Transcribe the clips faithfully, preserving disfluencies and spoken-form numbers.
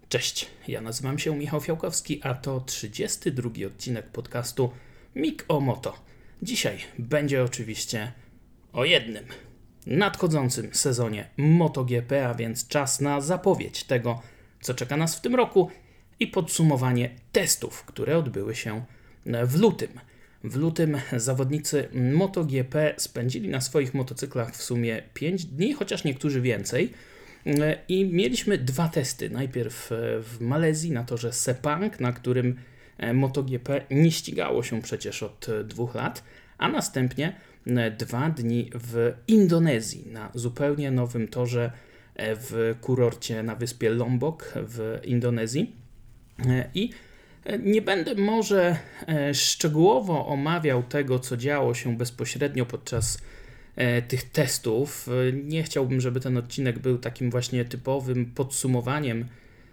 Cześć, ja nazywam się Michał Fiałkowski, a to trzydziesty drugi odcinek podcastu Mik o Moto. Dzisiaj będzie oczywiście o jednym nadchodzącym sezonie MotoGP, a więc czas na zapowiedź tego, co czeka nas w tym roku i podsumowanie testów, które odbyły się w lutym. W lutym zawodnicy MotoGP spędzili na swoich motocyklach w sumie pięć dni, chociaż niektórzy więcej. I mieliśmy dwa testy. Najpierw w Malezji na torze Sepang, na którym MotoGP nie ścigało się przecież od dwóch lat, a następnie dwa dni w Indonezji na zupełnie nowym torze w kurorcie na wyspie Lombok w Indonezji. I nie będę może szczegółowo omawiał tego, co działo się bezpośrednio podczas tych testów. Nie chciałbym, żeby ten odcinek był takim właśnie typowym podsumowaniem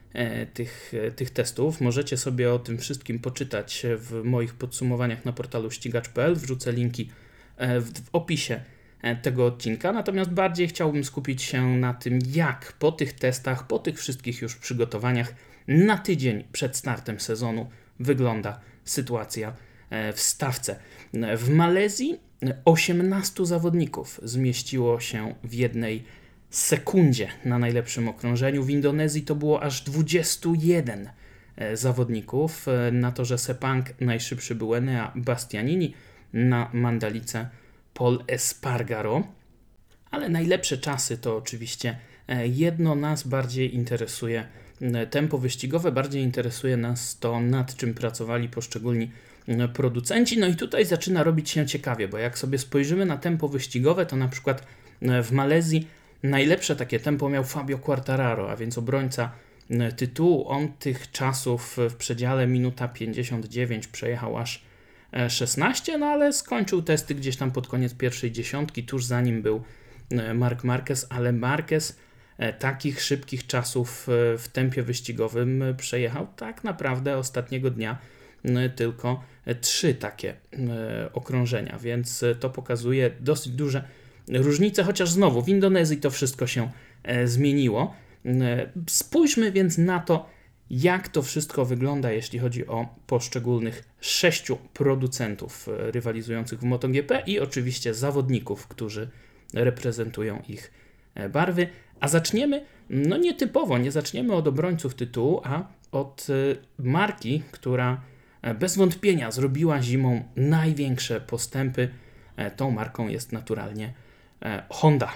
tych, tych testów. Możecie sobie o tym wszystkim poczytać w moich podsumowaniach na portalu ścigacz kropka p l. Wrzucę linki w, w opisie tego odcinka. Natomiast bardziej chciałbym skupić się na tym, jak po tych testach, po tych wszystkich już przygotowaniach na tydzień przed startem sezonu wygląda sytuacja w stawce. W Malezji osiemnastu zawodników zmieściło się w jednej sekundzie na najlepszym okrążeniu. W Indonezji to było aż dwudziestu jeden zawodników. Na torze Sepang najszybszy był Enea Bastianini, na Mandalice Pol Espargaro. Ale najlepsze czasy to oczywiście jedno nas bardziej interesuje tempo wyścigowe, bardziej interesuje nas to, nad czym pracowali poszczególni producenci. No i tutaj zaczyna robić się ciekawie, bo jak sobie spojrzymy na tempo wyścigowe, to na przykład w Malezji najlepsze takie tempo miał Fabio Quartararo, a więc obrońca tytułu. On tych czasów w przedziale minuta pięćdziesiąt dziewięć przejechał aż szesnaście, no ale skończył testy gdzieś tam pod koniec pierwszej dziesiątki, tuż za nim był Marc Marquez, ale Marquez takich szybkich czasów w tempie wyścigowym przejechał tak naprawdę ostatniego dnia tylko trzy takie okrążenia, więc to pokazuje dosyć duże różnice, chociaż znowu w Indonezji to wszystko się zmieniło. Spójrzmy więc na to, jak to wszystko wygląda, jeśli chodzi o poszczególnych sześciu producentów rywalizujących w MotoGP i oczywiście zawodników, którzy reprezentują ich barwy. A zaczniemy, no nietypowo, nie zaczniemy od obrońców tytułu, a od marki, która bez wątpienia zrobiła zimą największe postępy. Tą marką jest naturalnie Honda.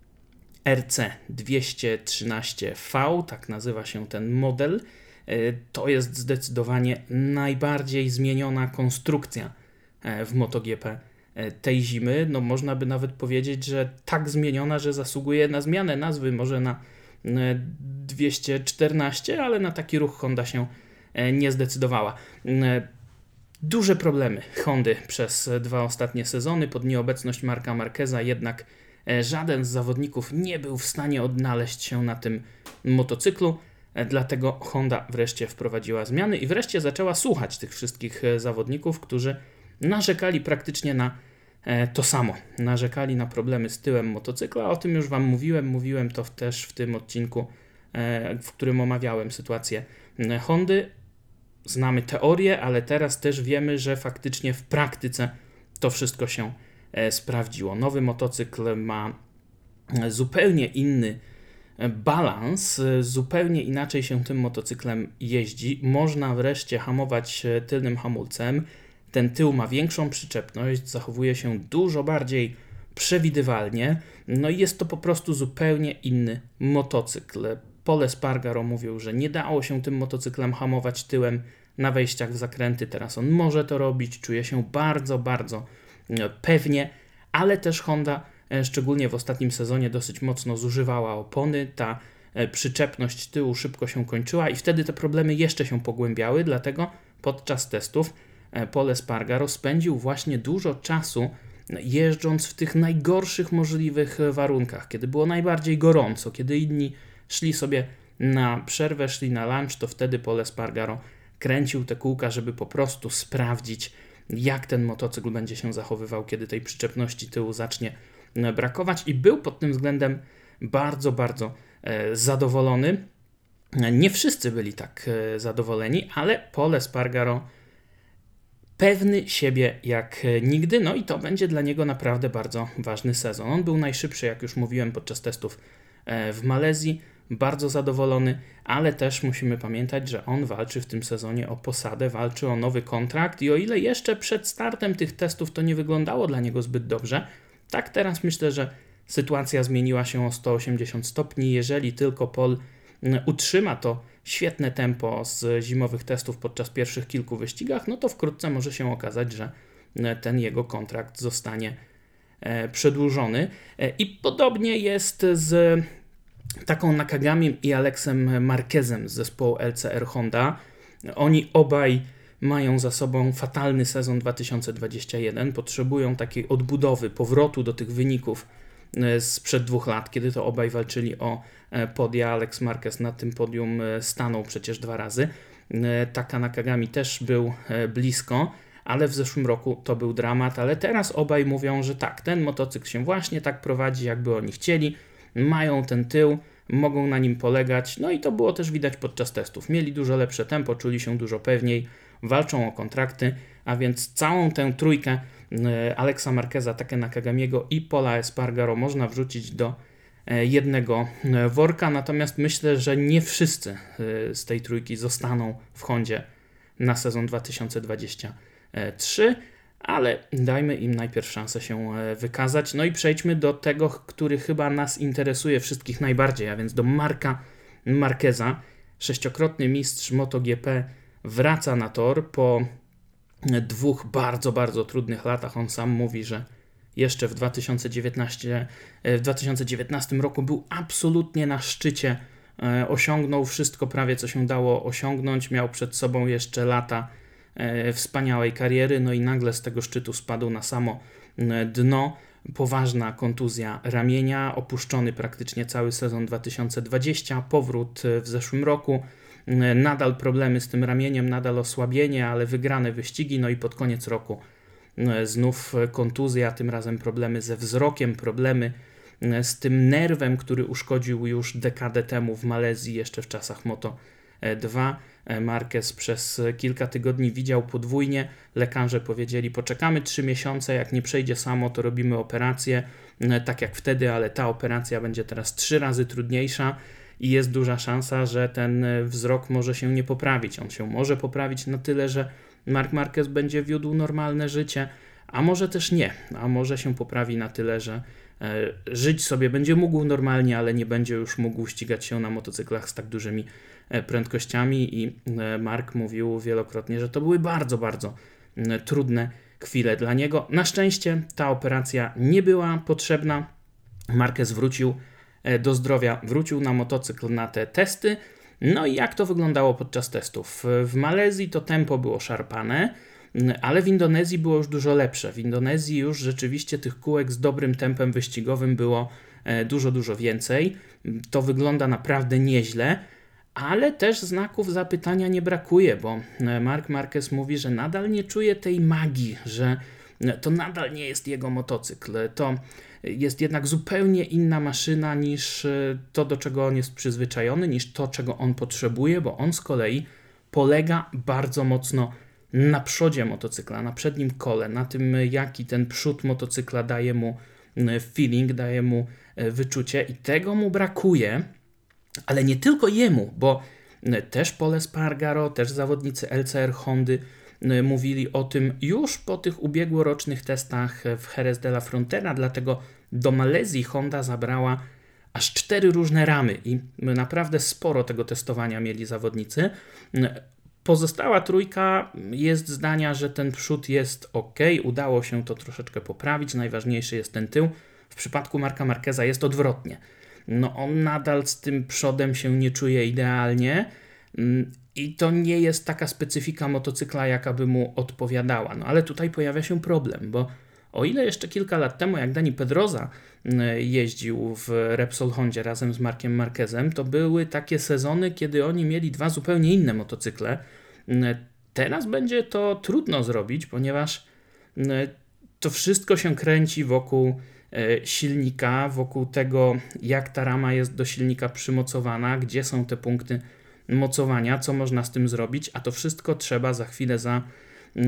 R C dwieście trzynaście V, tak nazywa się ten model. To jest zdecydowanie najbardziej zmieniona konstrukcja w MotoGP tej zimy. No można by nawet powiedzieć, że tak zmieniona, że zasługuje na zmianę nazwy, może na dwieście czternaście, ale na taki ruch Honda się nie zdecydowała. Duże problemy Hondy przez dwa ostatnie sezony. Pod nieobecność Marca Marqueza jednak żaden z zawodników nie był w stanie odnaleźć się na tym motocyklu, dlatego Honda wreszcie wprowadziła zmiany i wreszcie zaczęła słuchać tych wszystkich zawodników, którzy narzekali praktycznie na to samo. Narzekali na problemy z tyłem motocykla. O tym już Wam mówiłem. Mówiłem to też w tym odcinku, w którym omawiałem sytuację Hondy. Znamy teorię, ale teraz też wiemy, że faktycznie w praktyce to wszystko się sprawdziło. Nowy motocykl ma zupełnie inny balans, zupełnie inaczej się tym motocyklem jeździ. Można wreszcie hamować tylnym hamulcem. Ten tył ma większą przyczepność, zachowuje się dużo bardziej przewidywalnie, no i jest to po prostu zupełnie inny motocykl. Pol Espargaro mówił, że nie dało się tym motocyklem hamować tyłem na wejściach w zakręty, teraz on może to robić, czuje się bardzo, bardzo pewnie, ale też Honda, szczególnie w ostatnim sezonie, dosyć mocno zużywała opony, ta przyczepność tyłu szybko się kończyła i wtedy te problemy jeszcze się pogłębiały, dlatego podczas testów Pol Espargaro spędził właśnie dużo czasu jeżdżąc w tych najgorszych możliwych warunkach, kiedy było najbardziej gorąco, kiedy inni szli sobie na przerwę, szli na lunch, to wtedy Pol Espargaro kręcił te kółka, żeby po prostu sprawdzić, jak ten motocykl będzie się zachowywał, kiedy tej przyczepności tyłu zacznie brakować i był pod tym względem bardzo, bardzo e, zadowolony. Nie wszyscy byli tak zadowoleni, ale Paul Espargaro pewny siebie jak nigdy, no i to będzie dla niego naprawdę bardzo ważny sezon. On był najszybszy, jak już mówiłem, podczas testów w Malezji, bardzo zadowolony, ale też musimy pamiętać, że on walczy w tym sezonie o posadę, walczy o nowy kontrakt i o ile jeszcze przed startem tych testów to nie wyglądało dla niego zbyt dobrze, tak teraz myślę, że sytuacja zmieniła się o sto osiemdziesiąt stopni. Jeżeli tylko Paul utrzyma to świetne tempo z zimowych testów podczas pierwszych kilku wyścigach, no to wkrótce może się okazać, że ten jego kontrakt zostanie przedłużony. I podobnie jest z taką Nakagamim i Alexem Marquezem z zespołu L C R Honda. Oni obaj mają za sobą fatalny sezon dwa tysiące dwudziesty pierwszy, potrzebują takiej odbudowy, powrotu do tych wyników sprzed dwóch lat, kiedy to obaj walczyli o podia. Alex Marquez na tym podium stanął przecież dwa razy. Taka Nakagami też był blisko, ale w zeszłym roku to był dramat, ale teraz obaj mówią, że tak, ten motocykl się właśnie tak prowadzi, jakby oni chcieli, mają ten tył, mogą na nim polegać, no i to było też widać podczas testów. Mieli dużo lepsze tempo, czuli się dużo pewniej, walczą o kontrakty, a więc całą tę trójkę Alexa Marqueza, Take Nakagamiego i Paula Espargaro można wrzucić do jednego worka, natomiast myślę, że nie wszyscy z tej trójki zostaną w Hondzie na sezon dwa tysiące dwudziesty trzeci, ale dajmy im najpierw szansę się wykazać. No i przejdźmy do tego, który chyba nas interesuje wszystkich najbardziej, a więc do Marka Marqueza. Sześciokrotny mistrz MotoGP wraca na tor po dwóch bardzo, bardzo trudnych latach. On sam mówi, że jeszcze w dwa tysiące dziewiętnastym, w dwa tysiące dziewiętnastym roku był absolutnie na szczycie, osiągnął wszystko prawie, co się dało osiągnąć, miał przed sobą jeszcze lata wspaniałej kariery, no i nagle z tego szczytu spadł na samo dno. Poważna kontuzja ramienia, opuszczony praktycznie cały sezon dwa tysiące dwudziesty, powrót w zeszłym roku, nadal problemy z tym ramieniem, nadal osłabienie, ale wygrane wyścigi, no i pod koniec roku znów kontuzja, tym razem problemy ze wzrokiem, problemy z tym nerwem, który uszkodził już dekadę temu w Malezji, jeszcze w czasach Moto dwa. Marquez przez kilka tygodni widział podwójnie, lekarze powiedzieli, poczekamy trzy miesiące, jak nie przejdzie samo, to robimy operację, tak jak wtedy, ale ta operacja będzie teraz trzy razy trudniejsza i jest duża szansa, że ten wzrok może się nie poprawić. On się może poprawić na tyle, że Marc Marquez będzie wiódł normalne życie, a może też nie, a może się poprawi na tyle, że e, żyć sobie będzie mógł normalnie, ale nie będzie już mógł ścigać się na motocyklach z tak dużymi e, prędkościami i e, Marc mówił wielokrotnie, że to były bardzo, bardzo e, trudne chwile dla niego. Na szczęście ta operacja nie była potrzebna. Marquez wrócił e, do zdrowia, wrócił na motocykl na te testy. No i jak to wyglądało podczas testów? W Malezji to tempo było szarpane, ale w Indonezji było już dużo lepsze. W Indonezji już rzeczywiście tych kółek z dobrym tempem wyścigowym było dużo, dużo więcej. To wygląda naprawdę nieźle, ale też znaków zapytania nie brakuje, bo Marc Marquez mówi, że nadal nie czuje tej magii, że to nadal nie jest jego motocykl. To jest jednak zupełnie inna maszyna niż to, do czego on jest przyzwyczajony, niż to, czego on potrzebuje, bo on z kolei polega bardzo mocno na przodzie motocykla, na przednim kole, na tym, jaki ten przód motocykla daje mu feeling, daje mu wyczucie i tego mu brakuje, ale nie tylko jemu, bo też Paul Espargaro, też zawodnicy L C R Hondy mówili o tym już po tych ubiegłorocznych testach w Jerez de la Frontera, dlatego do Malezji Honda zabrała aż cztery różne ramy i naprawdę sporo tego testowania mieli zawodnicy. Pozostała trójka jest zdania, że ten przód jest ok, udało się to troszeczkę poprawić, najważniejszy jest ten tył. W przypadku Marca Marqueza jest odwrotnie. No on nadal z tym przodem się nie czuje idealnie i to nie jest taka specyfika motocykla, jaka by mu odpowiadała. No ale tutaj pojawia się problem, bo o ile jeszcze kilka lat temu, jak Dani Pedrosa jeździł w Repsol Hondzie razem z Markiem Marquezem, to były takie sezony, kiedy oni mieli dwa zupełnie inne motocykle. Teraz będzie to trudno zrobić, ponieważ to wszystko się kręci wokół silnika, wokół tego, jak ta rama jest do silnika przymocowana, gdzie są te punkty mocowania, co można z tym zrobić, a to wszystko trzeba za chwilę za, e,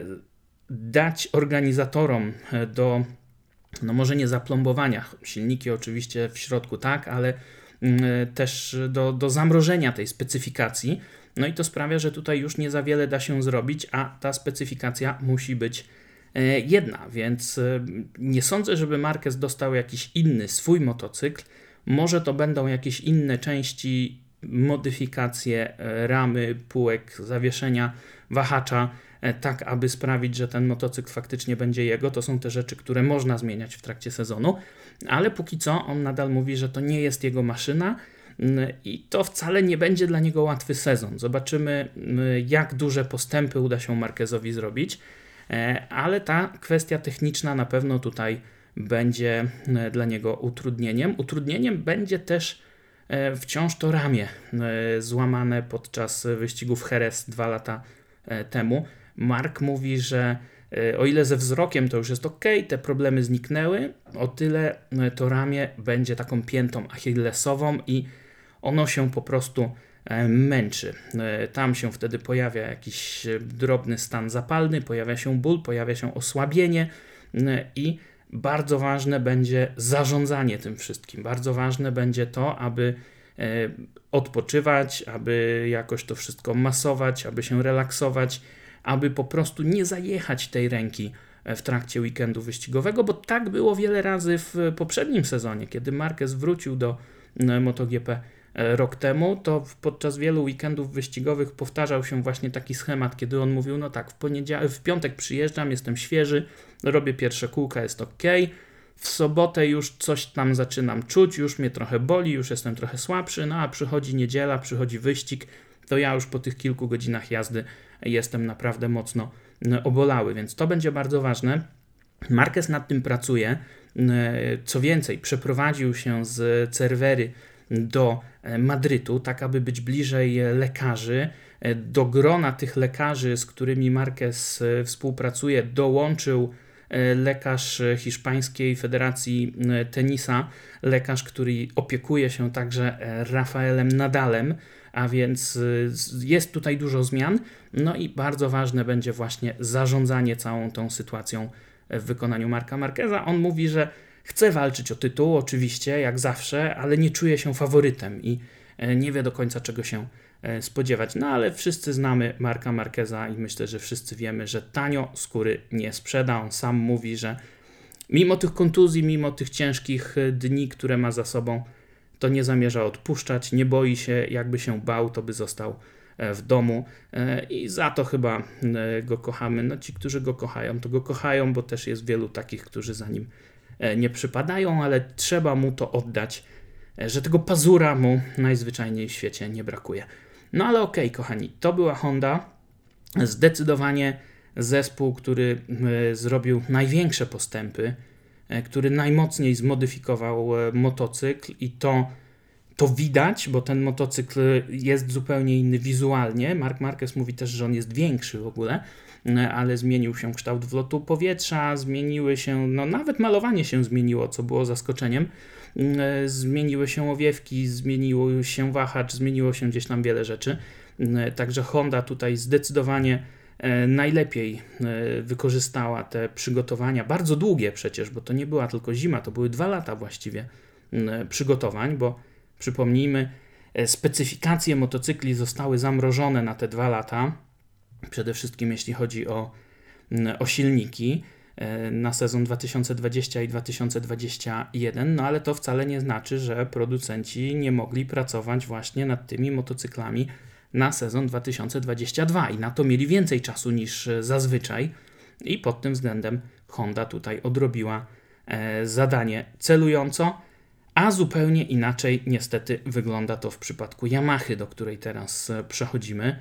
dać organizatorom do, no może nie zaplombowania, silniki oczywiście w środku tak, ale e, też do, do zamrożenia tej specyfikacji. No i to sprawia, że tutaj już nie za wiele da się zrobić, a ta specyfikacja musi być e, jedna, więc e, nie sądzę, żeby Marquez dostał jakiś inny swój motocykl. Może to będą jakieś inne części, modyfikacje ramy, półek, zawieszenia, wahacza, tak aby sprawić, że ten motocykl faktycznie będzie jego. To są te rzeczy, które można zmieniać w trakcie sezonu, ale póki co on nadal mówi, że to nie jest jego maszyna i to wcale nie będzie dla niego łatwy sezon. Zobaczymy, jak duże postępy uda się Marquezowi zrobić, ale ta kwestia techniczna na pewno tutaj będzie dla niego utrudnieniem. Utrudnieniem będzie też wciąż to ramię złamane podczas wyścigu w Jerez dwa lata temu. Mark mówi, że o ile ze wzrokiem to już jest ok, te problemy zniknęły, o tyle to ramię będzie taką piętą achillesową i ono się po prostu męczy. Tam się wtedy pojawia jakiś drobny stan zapalny, pojawia się ból, pojawia się osłabienie i bardzo ważne będzie zarządzanie tym wszystkim. Bardzo ważne będzie to, aby odpoczywać, aby jakoś to wszystko masować, aby się relaksować, aby po prostu nie zajechać tej ręki w trakcie weekendu wyścigowego, bo tak było wiele razy w poprzednim sezonie, kiedy Marquez wrócił do MotoGP rok temu, to podczas wielu weekendów wyścigowych powtarzał się właśnie taki schemat, kiedy on mówił, no tak, w, poniedział- w piątek przyjeżdżam, jestem świeży, robię pierwsze kółka, jest ok, w sobotę już coś tam zaczynam czuć, już mnie trochę boli, już jestem trochę słabszy, no a przychodzi niedziela, przychodzi wyścig, to ja już po tych kilku godzinach jazdy jestem naprawdę mocno obolały, więc to będzie bardzo ważne. Marquez nad tym pracuje, co więcej, przeprowadził się z Cervery do Madrytu, tak aby być bliżej lekarzy. Do grona tych lekarzy, z którymi Marquez współpracuje, dołączył lekarz Hiszpańskiej Federacji Tenisa, lekarz, który opiekuje się także Rafaelem Nadalem, a więc jest tutaj dużo zmian, no i bardzo ważne będzie właśnie zarządzanie całą tą sytuacją w wykonaniu Marka Marqueza. On mówi, że chce walczyć o tytuł, oczywiście, jak zawsze, ale nie czuje się faworytem i nie wie do końca, czego się spodziewać. No ale wszyscy znamy Marka Marqueza i myślę, że wszyscy wiemy, że tanio skóry nie sprzeda. On sam mówi, że mimo tych kontuzji, mimo tych ciężkich dni, które ma za sobą, to nie zamierza odpuszczać, nie boi się, jakby się bał, to by został w domu i za to chyba go kochamy. No ci, którzy go kochają, to go kochają, bo też jest wielu takich, którzy za nim nie przypadają, ale trzeba mu to oddać, że tego pazura mu najzwyczajniej w świecie nie brakuje. No ale okej, okay, kochani, to była Honda. Zdecydowanie zespół, który zrobił największe postępy, który najmocniej zmodyfikował motocykl i to, to widać, bo ten motocykl jest zupełnie inny wizualnie. Marc Marquez mówi też, że on jest większy w ogóle, ale zmienił się kształt wlotu powietrza, zmieniły się, no nawet malowanie się zmieniło, co było zaskoczeniem. Zmieniły się owiewki, zmienił się wahacz, zmieniło się gdzieś tam wiele rzeczy. Także Honda tutaj zdecydowanie najlepiej wykorzystała te przygotowania, bardzo długie przecież, bo to nie była tylko zima, to były dwa lata właściwie przygotowań, bo przypomnijmy, specyfikacje motocykli zostały zamrożone na te dwa lata, przede wszystkim jeśli chodzi o, o silniki na sezon dwa tysiące dwudziesty i dwa tysiące dwudziesty jeden, no ale to wcale nie znaczy, że producenci nie mogli pracować właśnie nad tymi motocyklami na sezon dwa tysiące dwudziesty drugi i na to mieli więcej czasu niż zazwyczaj i pod tym względem Honda tutaj odrobiła e, zadanie celująco, a zupełnie inaczej niestety wygląda to w przypadku Yamahy, do której teraz przechodzimy.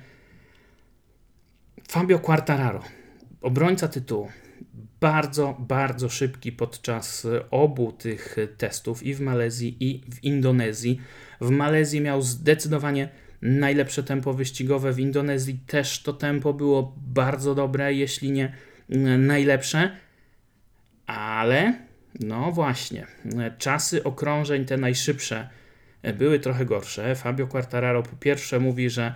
Fabio Quartararo, obrońca tytułu, bardzo, bardzo szybki podczas obu tych testów i w Malezji i w Indonezji. W Malezji miał zdecydowanie najlepsze tempo wyścigowe, w Indonezji też to tempo było bardzo dobre, jeśli nie najlepsze, ale no właśnie, czasy okrążeń te najszybsze były trochę gorsze. Fabio Quartararo po pierwsze mówi, że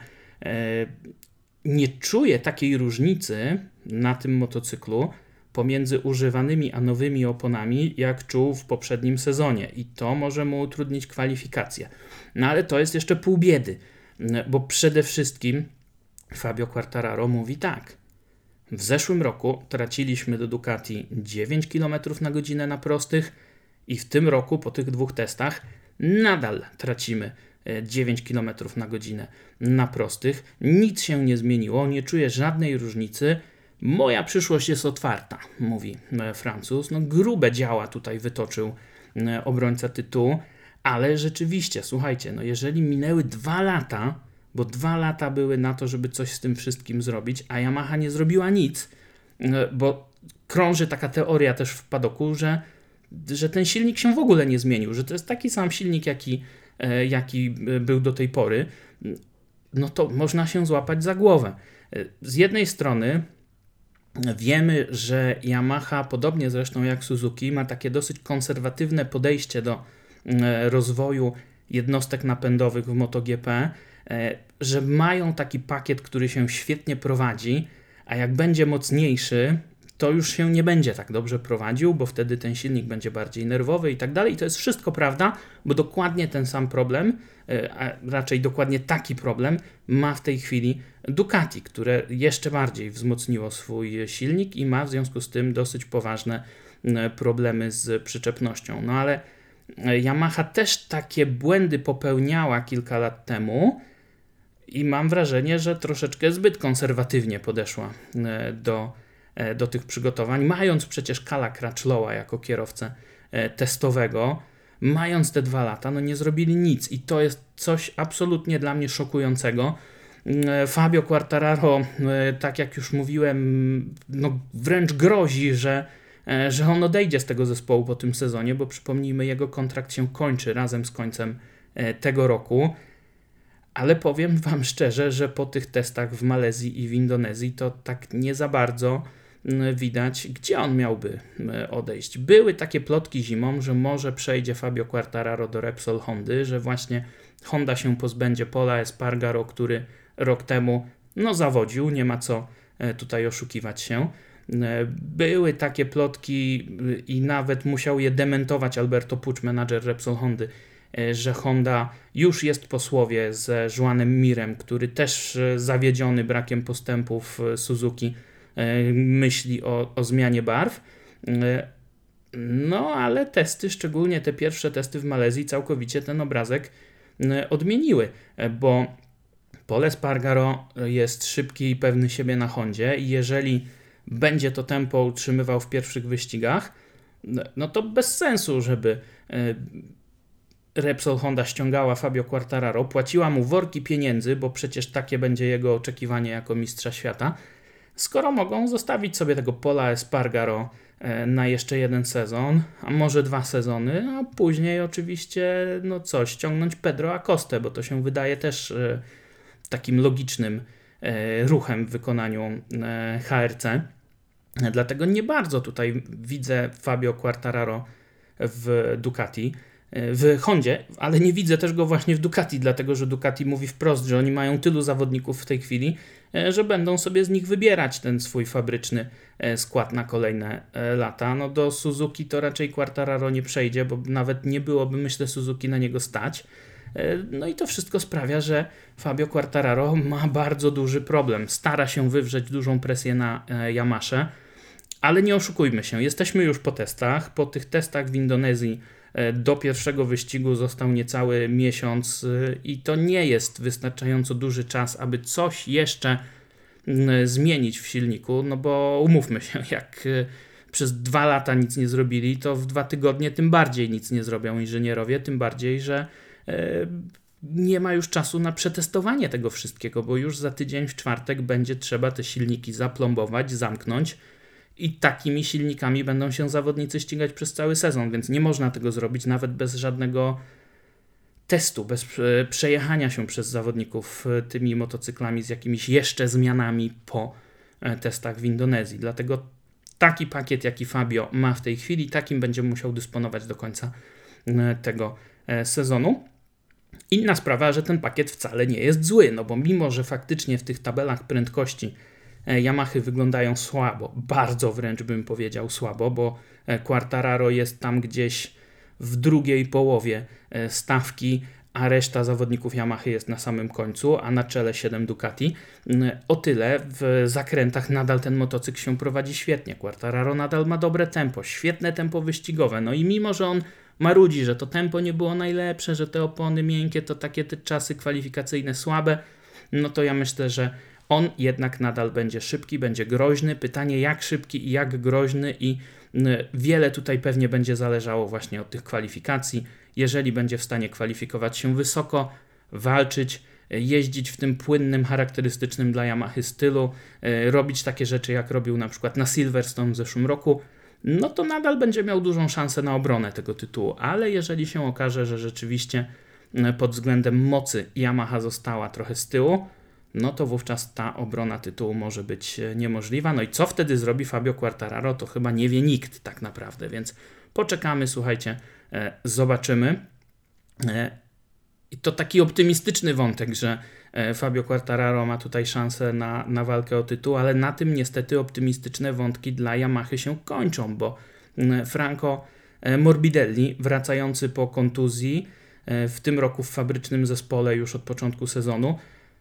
nie czuje takiej różnicy na tym motocyklu pomiędzy używanymi a nowymi oponami, jak czuł w poprzednim sezonie i to może mu utrudnić kwalifikację. No ale to jest jeszcze pół biedy, bo przede wszystkim Fabio Quartararo mówi tak. W zeszłym roku traciliśmy do Ducati dziewięć kilometrów na godzinę na prostych i w tym roku po tych dwóch testach nadal tracimy dziewięć kilometrów na godzinę na prostych. Nic się nie zmieniło, nie czuję żadnej różnicy. Moja przyszłość jest otwarta, mówi Francuz. No grube działa tutaj wytoczył obrońca tytułu, ale rzeczywiście, słuchajcie, no jeżeli minęły dwa lata, bo dwa lata były na to, żeby coś z tym wszystkim zrobić, a Yamaha nie zrobiła nic, bo krąży taka teoria też w padoku, że, że ten silnik się w ogóle nie zmienił, że to jest taki sam silnik, jaki, jaki był do tej pory, no to można się złapać za głowę. Z jednej strony wiemy, że Yamaha, podobnie zresztą jak Suzuki, ma takie dosyć konserwatywne podejście do rozwoju jednostek napędowych w MotoGP, że mają taki pakiet, który się świetnie prowadzi, a jak będzie mocniejszy, to już się nie będzie tak dobrze prowadził, bo wtedy ten silnik będzie bardziej nerwowy i tak dalej. I to jest wszystko prawda, bo dokładnie ten sam problem, a raczej dokładnie taki problem ma w tej chwili Ducati, które jeszcze bardziej wzmocniło swój silnik i ma w związku z tym dosyć poważne problemy z przyczepnością. No ale Yamaha też takie błędy popełniała kilka lat temu i mam wrażenie, że troszeczkę zbyt konserwatywnie podeszła do, do tych przygotowań, mając przecież Cala Crutchlowa jako kierowcę testowego, mając te dwa lata, no nie zrobili nic i to jest coś absolutnie dla mnie szokującego. Fabio Quartararo, tak jak już mówiłem, no wręcz grozi, że że on odejdzie z tego zespołu po tym sezonie, bo przypomnijmy, jego kontrakt się kończy razem z końcem tego roku, ale powiem wam szczerze, że po tych testach w Malezji i w Indonezji to tak nie za bardzo widać, gdzie on miałby odejść. Były takie plotki zimą, że może przejdzie Fabio Quartararo do Repsol Hondy, że właśnie Honda się pozbędzie Paula Espargaro, który rok temu no zawodził, nie ma co tutaj oszukiwać się. Były takie plotki i nawet musiał je dementować Alberto Pucz, menadżer Repsol Hondy, że Honda już jest po słowie ze Joanem Mirem, który też zawiedziony brakiem postępów Suzuki myśli o, o zmianie barw. No ale testy, szczególnie te pierwsze testy w Malezji, całkowicie ten obrazek odmieniły, bo Paul Espargaro jest szybki i pewny siebie na Hondzie i jeżeli będzie to tempo utrzymywał w pierwszych wyścigach, no to bez sensu, żeby Repsol Honda ściągała Fabio Quartararo, płaciła mu worki pieniędzy, bo przecież takie będzie jego oczekiwanie jako mistrza świata, skoro mogą zostawić sobie tego Paula Espargaro na jeszcze jeden sezon, a może dwa sezony, a później oczywiście no co, ściągnąć Pedro Acostę, bo to się wydaje też takim logicznym ruchem w wykonaniu H R C. Dlatego nie bardzo tutaj widzę Fabio Quartararo w Ducati, w Hondzie, ale nie widzę też go właśnie w Ducati, dlatego że Ducati mówi wprost, że oni mają tylu zawodników w tej chwili, że będą sobie z nich wybierać ten swój fabryczny skład na kolejne lata. No do Suzuki to raczej Quartararo nie przejdzie, bo nawet nie byłoby, myślę, Suzuki na niego stać. No i to wszystko sprawia, że Fabio Quartararo ma bardzo duży problem. Stara się wywrzeć dużą presję na Yamasze, ale nie oszukujmy się, jesteśmy już po testach. Po tych testach w Indonezji do pierwszego wyścigu został niecały miesiąc i to nie jest wystarczająco duży czas, aby coś jeszcze zmienić w silniku, no bo umówmy się, jak przez dwa lata nic nie zrobili, to w dwa tygodnie tym bardziej nic nie zrobią inżynierowie, tym bardziej, że nie ma już czasu na przetestowanie tego wszystkiego, bo już za tydzień w czwartek będzie trzeba te silniki zaplombować, zamknąć i takimi silnikami będą się zawodnicy ścigać przez cały sezon, więc nie można tego zrobić nawet bez żadnego testu, bez przejechania się przez zawodników tymi motocyklami z jakimiś jeszcze zmianami po testach w Indonezji. Dlatego taki pakiet, jaki Fabio ma w tej chwili, takim będzie musiał dysponować do końca tego sezonu. Inna sprawa, że ten pakiet wcale nie jest zły, no bo mimo, że faktycznie w tych tabelach prędkości Yamahy wyglądają słabo, bardzo wręcz bym powiedział słabo, bo Quartararo jest tam gdzieś w drugiej połowie stawki, a reszta zawodników Yamahy jest na samym końcu, a na czele siedem Ducati. O tyle w zakrętach nadal ten motocykl się prowadzi świetnie. Quartararo nadal ma dobre tempo, świetne tempo wyścigowe, no i mimo, że on marudzi, że to tempo nie było najlepsze, że te opony miękkie to takie te czasy kwalifikacyjne słabe, no to ja myślę, że on jednak nadal będzie szybki, będzie groźny. Pytanie jak szybki i jak groźny i wiele tutaj pewnie będzie zależało właśnie od tych kwalifikacji. Jeżeli będzie w stanie kwalifikować się wysoko, walczyć, jeździć w tym płynnym, charakterystycznym dla Yamahy stylu, robić takie rzeczy jak robił na przykład na Silverstone w zeszłym roku, no to nadal będzie miał dużą szansę na obronę tego tytułu, ale jeżeli się okaże, że rzeczywiście pod względem mocy Yamaha została trochę z tyłu, no to wówczas ta obrona tytułu może być niemożliwa. No i co wtedy zrobi Fabio Quartararo, to chyba nie wie nikt tak naprawdę, więc poczekamy, słuchajcie, e, zobaczymy. E, I to taki optymistyczny wątek, że e, Fabio Quartararo ma tutaj szansę na, na walkę o tytuł, ale na tym niestety optymistyczne wątki dla Yamahy się kończą, bo e, Franco Morbidelli, wracający po kontuzji, e, w tym roku w fabrycznym zespole już od początku sezonu,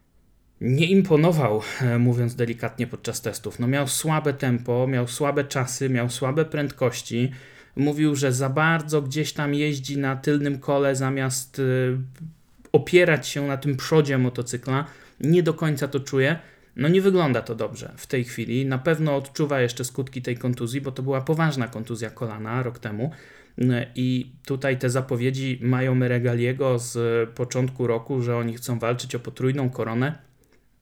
nie imponował, mówiąc delikatnie, podczas testów. No miał słabe tempo, miał słabe czasy, miał słabe prędkości. Mówił, że za bardzo gdzieś tam jeździ na tylnym kole zamiast y, opierać się na tym przodzie motocykla. Nie do końca to czuje. No nie wygląda to dobrze w tej chwili. Na pewno odczuwa jeszcze skutki tej kontuzji, bo to była poważna kontuzja kolana rok temu. I tutaj te zapowiedzi Majo Meregaliego z początku roku, że oni chcą walczyć o potrójną koronę,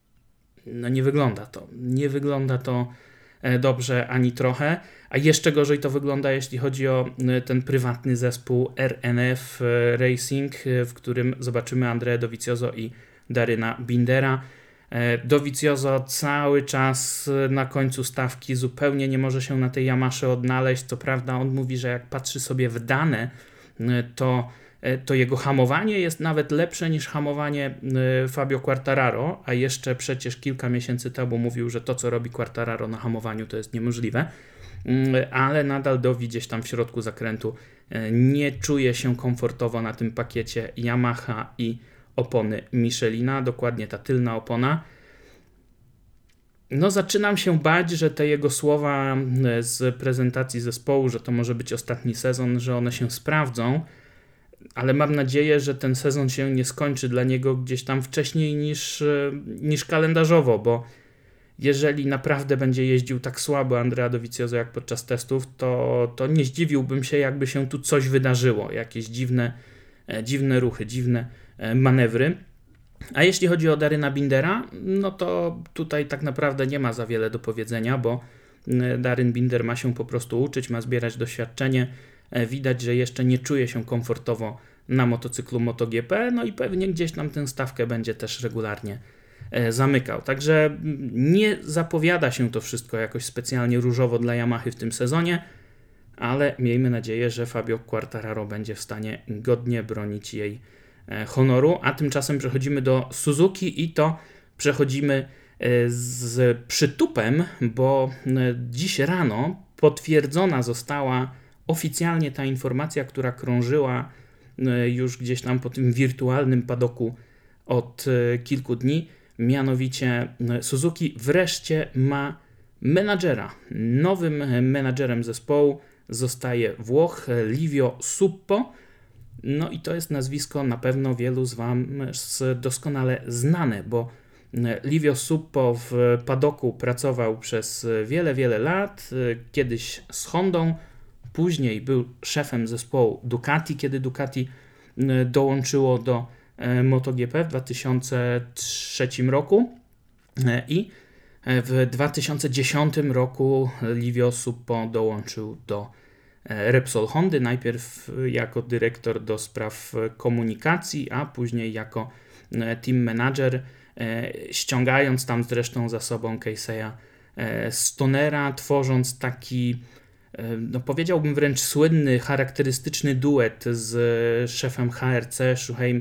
no nie wygląda to. Nie wygląda to dobrze ani trochę, a jeszcze gorzej to wygląda, jeśli chodzi o ten prywatny zespół R N F Racing, w którym zobaczymy Andrea Dovizioso i Daryna Bindera. Dovizioso cały czas na końcu stawki zupełnie nie może się na tej Yamasze odnaleźć. Co prawda on mówi, że jak patrzy sobie w dane, to to jego hamowanie jest nawet lepsze niż hamowanie Fabio Quartararo, a jeszcze przecież kilka miesięcy temu mówił, że to, co robi Quartararo na hamowaniu, to jest niemożliwe, ale nadal Dovi gdzieś tam w środku zakrętu nie czuje się komfortowo na tym pakiecie Yamaha i opony Michelina, dokładnie ta tylna opona. No zaczynam się bać, że te jego słowa z prezentacji zespołu, że to może być ostatni sezon, że one się sprawdzą, ale mam nadzieję, że ten sezon się nie skończy dla niego gdzieś tam wcześniej niż, niż kalendarzowo, bo jeżeli naprawdę będzie jeździł tak słabo Andrea Dovizioso jak podczas testów, to, to nie zdziwiłbym się, jakby się tu coś wydarzyło, jakieś dziwne, dziwne ruchy, dziwne manewry. A jeśli chodzi o Daryna Bindera, no to tutaj tak naprawdę nie ma za wiele do powiedzenia, bo Daryn Binder ma się po prostu uczyć, ma zbierać doświadczenie. Widać, że jeszcze nie czuje się komfortowo na motocyklu MotoGP, no i pewnie gdzieś tam tę stawkę będzie też regularnie zamykał. Także nie zapowiada się to wszystko jakoś specjalnie różowo dla Yamahy w tym sezonie, ale miejmy nadzieję, że Fabio Quartararo będzie w stanie godnie bronić jej honoru, a tymczasem przechodzimy do Suzuki i to przechodzimy z przytupem, bo dziś rano potwierdzona została oficjalnie ta informacja, która krążyła już gdzieś tam po tym wirtualnym padoku od kilku dni, mianowicie Suzuki wreszcie ma menadżera. Nowym menadżerem zespołu zostaje Włoch Livio Suppo. No i to jest nazwisko na pewno wielu z Was doskonale znane, bo Livio Suppo w padoku pracował przez wiele, wiele lat, kiedyś z Hondą, później był szefem zespołu Ducati, kiedy Ducati dołączyło do MotoGP w dwa tysiące trzecim roku i w dwa tysiące dziesiątym roku Livio Suppo dołączył do Repsol Hondy, najpierw jako dyrektor do spraw komunikacji, a później jako team manager, ściągając tam zresztą za sobą Casey'a Stonera, tworząc taki, no powiedziałbym wręcz słynny, charakterystyczny duet z szefem H R C Shuhei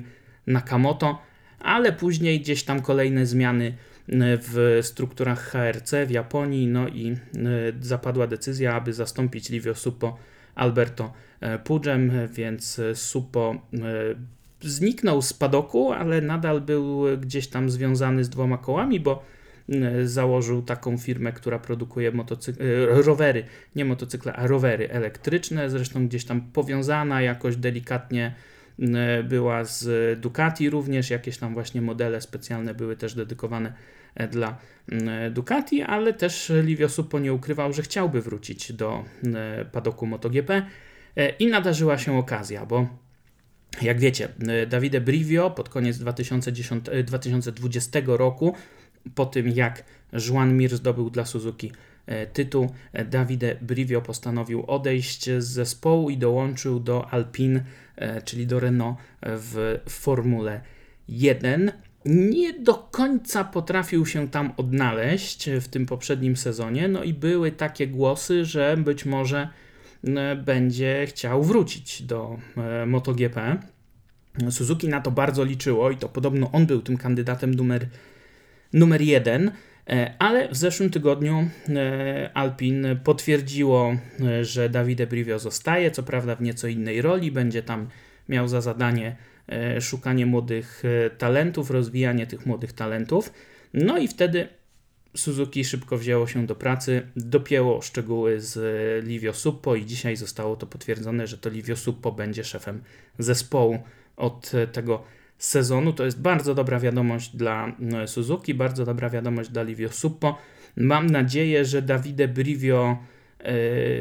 Nakamoto, ale później gdzieś tam kolejne zmiany w strukturach H R C w Japonii, no i zapadła decyzja, aby zastąpić Livio Suppo Alberto Puigem, więc Suppo zniknął z padoku, ale nadal był gdzieś tam związany z dwoma kołami, bo założył taką firmę, która produkuje motocyk- rowery, nie motocykle, a rowery elektryczne, zresztą gdzieś tam powiązana jakoś delikatnie była z Ducati również, jakieś tam właśnie modele specjalne były też dedykowane dla Ducati, ale też Livio Suppo nie ukrywał, że chciałby wrócić do padoku MotoGP i nadarzyła się okazja, bo jak wiecie, Davide Brivio pod koniec dwa tysiące dwudziestego roku, po tym jak Joan Mir zdobył dla Suzuki tytuł, Davide Brivio postanowił odejść z zespołu i dołączył do Alpine, czyli do Renault w Formule jeden. Nie do końca potrafił się tam odnaleźć w tym poprzednim sezonie, no i były takie głosy, że być może będzie chciał wrócić do MotoGP. Suzuki na to bardzo liczyło i to podobno on był tym kandydatem numer, numer jeden, ale w zeszłym tygodniu Alpine potwierdziło, że Davide Brivio zostaje, co prawda w nieco innej roli, będzie tam miał za zadanie szukanie młodych talentów, rozwijanie tych młodych talentów. No i wtedy Suzuki szybko wzięło się do pracy, dopięło szczegóły z Livio Suppo i dzisiaj zostało to potwierdzone, że to Livio Suppo będzie szefem zespołu od tego sezonu. To jest bardzo dobra wiadomość dla Suzuki, bardzo dobra wiadomość dla Livio Suppo. Mam nadzieję, że Davide Brivio yy,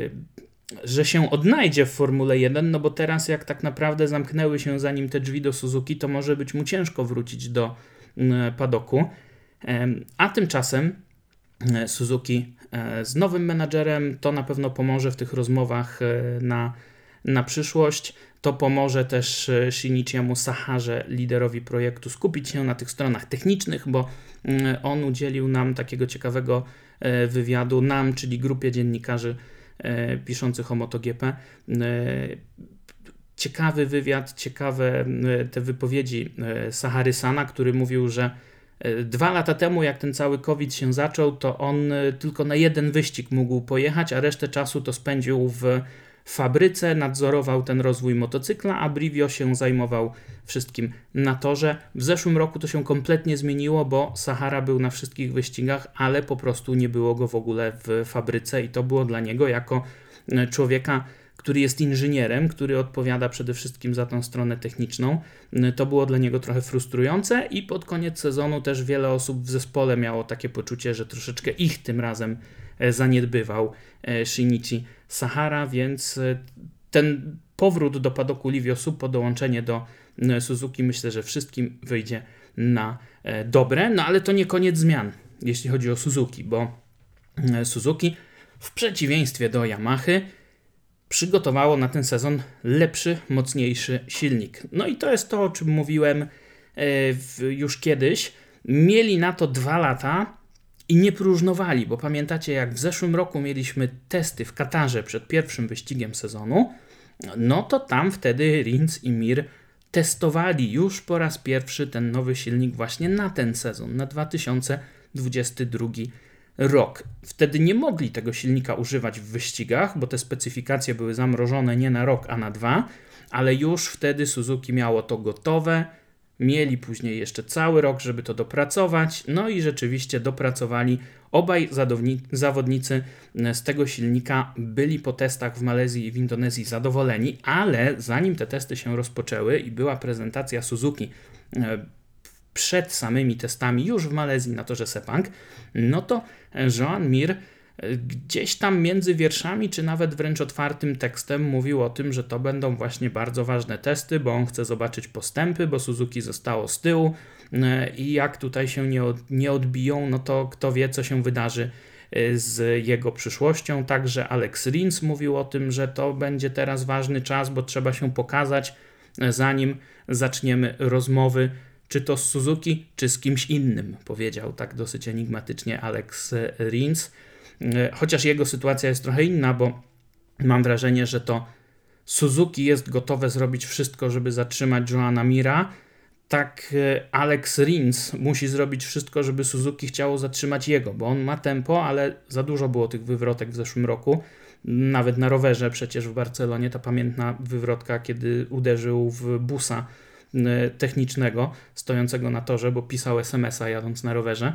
że się odnajdzie w Formule jeden, no bo teraz jak tak naprawdę zamknęły się za nim te drzwi do Suzuki, to może być mu ciężko wrócić do padoku. A tymczasem Suzuki z nowym menadżerem to na pewno pomoże w tych rozmowach na, na przyszłość. To pomoże też Shinichiemu Saharze, liderowi projektu, skupić się na tych stronach technicznych, bo on udzielił nam takiego ciekawego wywiadu, nam, czyli grupie dziennikarzy piszących o MotoGP. Ciekawy wywiad, ciekawe te wypowiedzi Sahary-sana, który mówił, że dwa lata temu, jak ten cały COVID się zaczął, to on tylko na jeden wyścig mógł pojechać, a resztę czasu to spędził w fabryce, nadzorował ten rozwój motocykla, a Brivio się zajmował wszystkim na torze. W zeszłym roku to się kompletnie zmieniło, bo Sahara był na wszystkich wyścigach, ale po prostu nie było go w ogóle w fabryce i to było dla niego jako człowieka, który jest inżynierem, który odpowiada przede wszystkim za tą stronę techniczną. To było dla niego trochę frustrujące i pod koniec sezonu też wiele osób w zespole miało takie poczucie, że troszeczkę ich tym razem zaniedbywał Shinichi Sahara, więc ten powrót do padoku Livio Suppo, dołączenie do Suzuki, myślę, że wszystkim wyjdzie na dobre, no ale to nie koniec zmian, jeśli chodzi o Suzuki, bo Suzuki w przeciwieństwie do Yamahy przygotowało na ten sezon lepszy, mocniejszy silnik. No i to jest to, o czym mówiłem już kiedyś. Mieli na to dwa lata i nie próżnowali, bo pamiętacie, jak w zeszłym roku mieliśmy testy w Katarze przed pierwszym wyścigiem sezonu, no to tam wtedy Rins i Mir testowali już po raz pierwszy ten nowy silnik właśnie na ten sezon, na dwa tysiące dwudziesty drugi rok. Wtedy nie mogli tego silnika używać w wyścigach, bo te specyfikacje były zamrożone nie na rok, a na dwa, ale już wtedy Suzuki miało to gotowe, mieli później jeszcze cały rok, żeby to dopracować, no i rzeczywiście dopracowali. Obaj zawodnicy z tego silnika byli po testach w Malezji i w Indonezji zadowoleni, ale zanim te testy się rozpoczęły i była prezentacja Suzuki przed samymi testami już w Malezji na torze Sepang, no to Joan Mir gdzieś tam między wierszami, czy nawet wręcz otwartym tekstem mówił o tym, że to będą właśnie bardzo ważne testy, bo on chce zobaczyć postępy, bo Suzuki zostało z tyłu i jak tutaj się nie, od, nie odbiją, no to kto wie, co się wydarzy z jego przyszłością. Także Alex Rins mówił o tym, że to będzie teraz ważny czas, bo trzeba się pokazać, zanim zaczniemy rozmowy, czy to z Suzuki, czy z kimś innym, powiedział tak dosyć enigmatycznie Alex Rins. Chociaż jego sytuacja jest trochę inna, bo mam wrażenie, że to Suzuki jest gotowe zrobić wszystko, żeby zatrzymać Joana Mira, tak Alex Rins musi zrobić wszystko, żeby Suzuki chciało zatrzymać jego, bo on ma tempo, ale za dużo było tych wywrotek w zeszłym roku. Nawet na rowerze przecież w Barcelonie ta pamiętna wywrotka, kiedy uderzył w busa technicznego stojącego na torze, bo pisał es em es a jadąc na rowerze.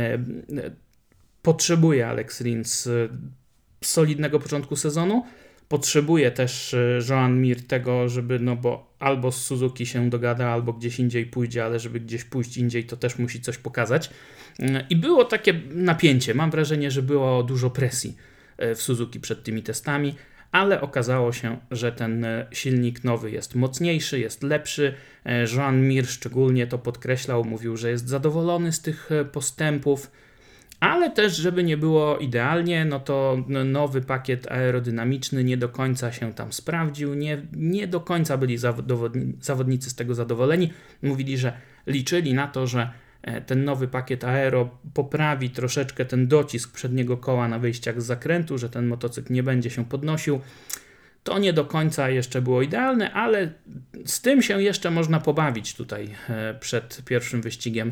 Potrzebuje Alex Rins solidnego początku sezonu. Potrzebuje też Joan Mir tego, żeby, no bo albo z Suzuki się dogada, albo gdzieś indziej pójdzie, ale żeby gdzieś pójść indziej, to też musi coś pokazać. I było takie napięcie. Mam wrażenie, że było dużo presji w Suzuki przed tymi testami, ale okazało się, że ten silnik nowy jest mocniejszy, jest lepszy. Joan Mir szczególnie to podkreślał, mówił, że jest zadowolony z tych postępów, ale też, żeby nie było idealnie, no to nowy pakiet aerodynamiczny nie do końca się tam sprawdził, nie, nie do końca byli zawodnicy z tego zadowoleni. Mówili, że liczyli na to, że ten nowy pakiet aero poprawi troszeczkę ten docisk przedniego koła na wyjściach z zakrętu, że ten motocykl nie będzie się podnosił. To nie do końca jeszcze było idealne, ale z tym się jeszcze można pobawić tutaj przed pierwszym wyścigiem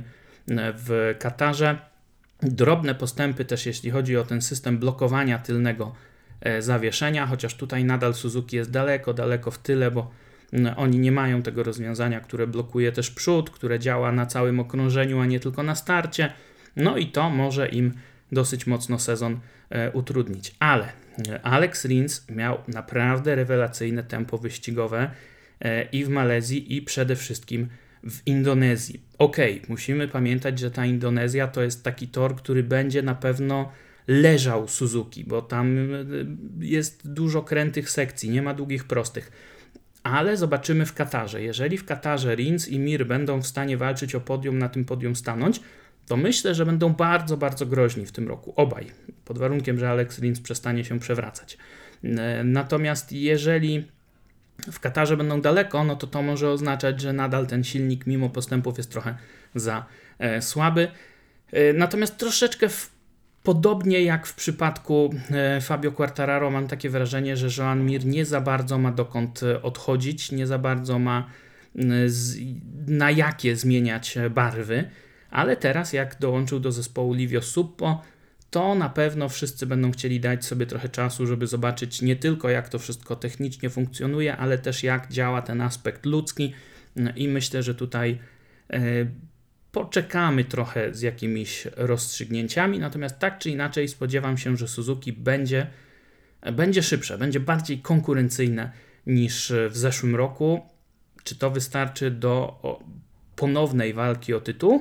w Katarze. Drobne postępy też jeśli chodzi o ten system blokowania tylnego zawieszenia, chociaż tutaj nadal Suzuki jest daleko, daleko w tyle, bo oni nie mają tego rozwiązania, które blokuje też przód, które działa na całym okrążeniu, a nie tylko na starcie. No i to może im dosyć mocno sezon utrudnić. Ale Alex Rins miał naprawdę rewelacyjne tempo wyścigowe i w Malezji, i przede wszystkim w Indonezji. Okej, okay, musimy pamiętać, że ta Indonezja to jest taki tor, który będzie na pewno leżał Suzuki, bo tam jest dużo krętych sekcji, nie ma długich prostych. Ale zobaczymy w Katarze. Jeżeli w Katarze Rins i Mir będą w stanie walczyć o podium, na tym podium stanąć, to myślę, że będą bardzo, bardzo groźni w tym roku. Obaj. Pod warunkiem, że Alex Rins przestanie się przewracać. Natomiast jeżeli w Katarze będą daleko, no to to może oznaczać, że nadal ten silnik mimo postępów jest trochę za e, słaby. E, natomiast troszeczkę w, podobnie jak w przypadku e, Fabio Quartararo mam takie wrażenie, że Joan Mir nie za bardzo ma dokąd odchodzić, nie za bardzo ma e, z, na jakie zmieniać barwy, ale teraz jak dołączył do zespołu Livio Suppo, to na pewno wszyscy będą chcieli dać sobie trochę czasu, żeby zobaczyć nie tylko jak to wszystko technicznie funkcjonuje, ale też jak działa ten aspekt ludzki i myślę, że tutaj e, poczekamy trochę z jakimiś rozstrzygnięciami, natomiast tak czy inaczej spodziewam się, że Suzuki będzie, będzie szybsze, będzie bardziej konkurencyjne niż w zeszłym roku. Czy to wystarczy do o, ponownej walki o tytuł?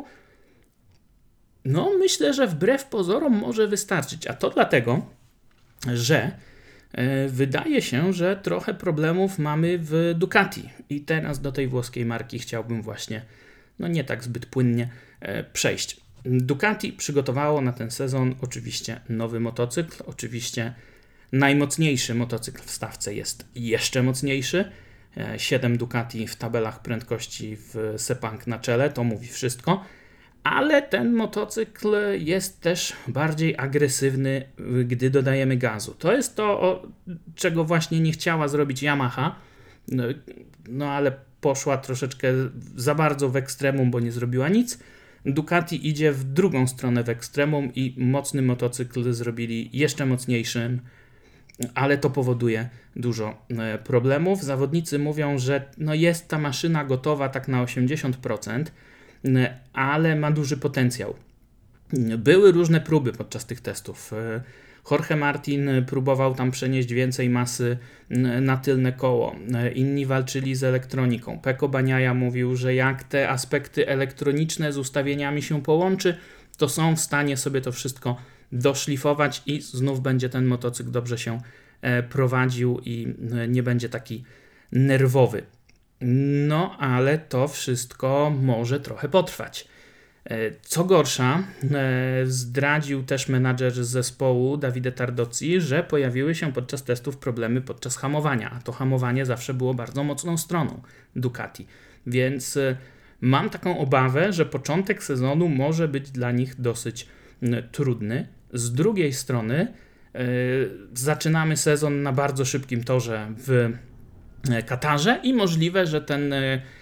No, myślę, że wbrew pozorom może wystarczyć, a to dlatego, że e, wydaje się, że trochę problemów mamy w Ducati i teraz do tej włoskiej marki chciałbym właśnie, no nie tak zbyt płynnie e, przejść. Ducati przygotowało na ten sezon oczywiście nowy motocykl, oczywiście najmocniejszy motocykl w stawce jest jeszcze mocniejszy, e, siedem Ducati w tabelach prędkości w Sepang na czele, to mówi wszystko. Ale ten motocykl jest też bardziej agresywny, gdy dodajemy gazu. To jest to, o, czego właśnie nie chciała zrobić Yamaha, no, no ale poszła troszeczkę za bardzo w ekstremum, bo nie zrobiła nic. Ducati idzie w drugą stronę w ekstremum i mocny motocykl zrobili jeszcze mocniejszym, ale to powoduje dużo problemów. Zawodnicy mówią, że no jest ta maszyna gotowa tak na osiemdziesiąt procent, ale ma duży potencjał. Były różne próby podczas tych testów. Jorge Martin próbował tam przenieść więcej masy na tylne koło. Inni walczyli z elektroniką. Pecco Bagnaia mówił, że jak te aspekty elektroniczne z ustawieniami się połączy, to są w stanie sobie to wszystko doszlifować i znów będzie ten motocykl dobrze się prowadził i nie będzie taki nerwowy. No, ale to wszystko może trochę potrwać. Co gorsza, zdradził też menadżer z zespołu Davide Tardozzi, że pojawiły się podczas testów problemy podczas hamowania, a to hamowanie zawsze było bardzo mocną stroną Ducati. Więc mam taką obawę, że początek sezonu może być dla nich dosyć trudny. Z drugiej strony zaczynamy sezon na bardzo szybkim torze w Katarze i możliwe, że ten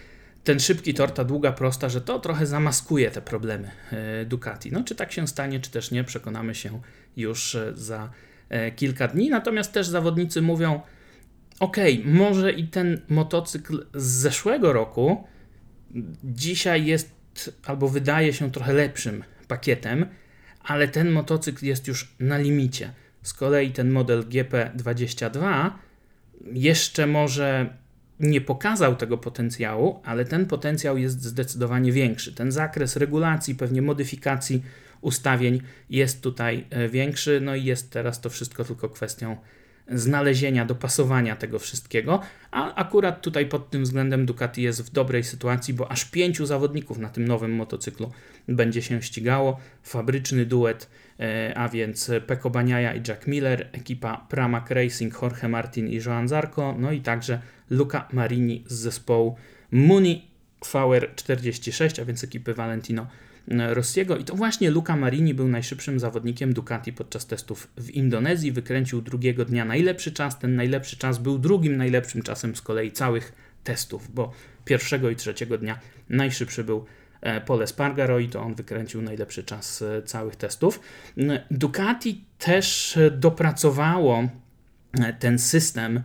ten szybki tor, ta długa prosta, że to trochę zamaskuje te problemy Ducati. No czy tak się stanie, czy też nie, przekonamy się już za kilka dni. Natomiast też zawodnicy mówią, okej, okay, może i ten motocykl z zeszłego roku dzisiaj jest albo wydaje się trochę lepszym pakietem, ale ten motocykl jest już na limicie. Z kolei ten model G P dwadzieścia dwa jeszcze może nie pokazał tego potencjału, ale ten potencjał jest zdecydowanie większy. Ten zakres regulacji, pewnie modyfikacji, ustawień jest tutaj większy, no i jest teraz to wszystko tylko kwestią znalezienia, dopasowania tego wszystkiego, a akurat tutaj pod tym względem Ducati jest w dobrej sytuacji, bo aż pięciu zawodników na tym nowym motocyklu będzie się ścigało. Fabryczny duet, a więc Pecco Bagnaia i Jack Miller, ekipa Pramac Racing, Jorge Martin i Joan Zarco, no i także Luca Marini z zespołu Muni V R czterdzieści sześć, a więc ekipy Valentino Rossiego. I to właśnie Luca Marini był najszybszym zawodnikiem Ducati podczas testów w Indonezji. Wykręcił drugiego dnia najlepszy czas. Ten najlepszy czas był drugim najlepszym czasem z kolei całych testów, bo pierwszego i trzeciego dnia najszybszy był Pol Espargaro i to on wykręcił najlepszy czas całych testów. Ducati też dopracowało ten system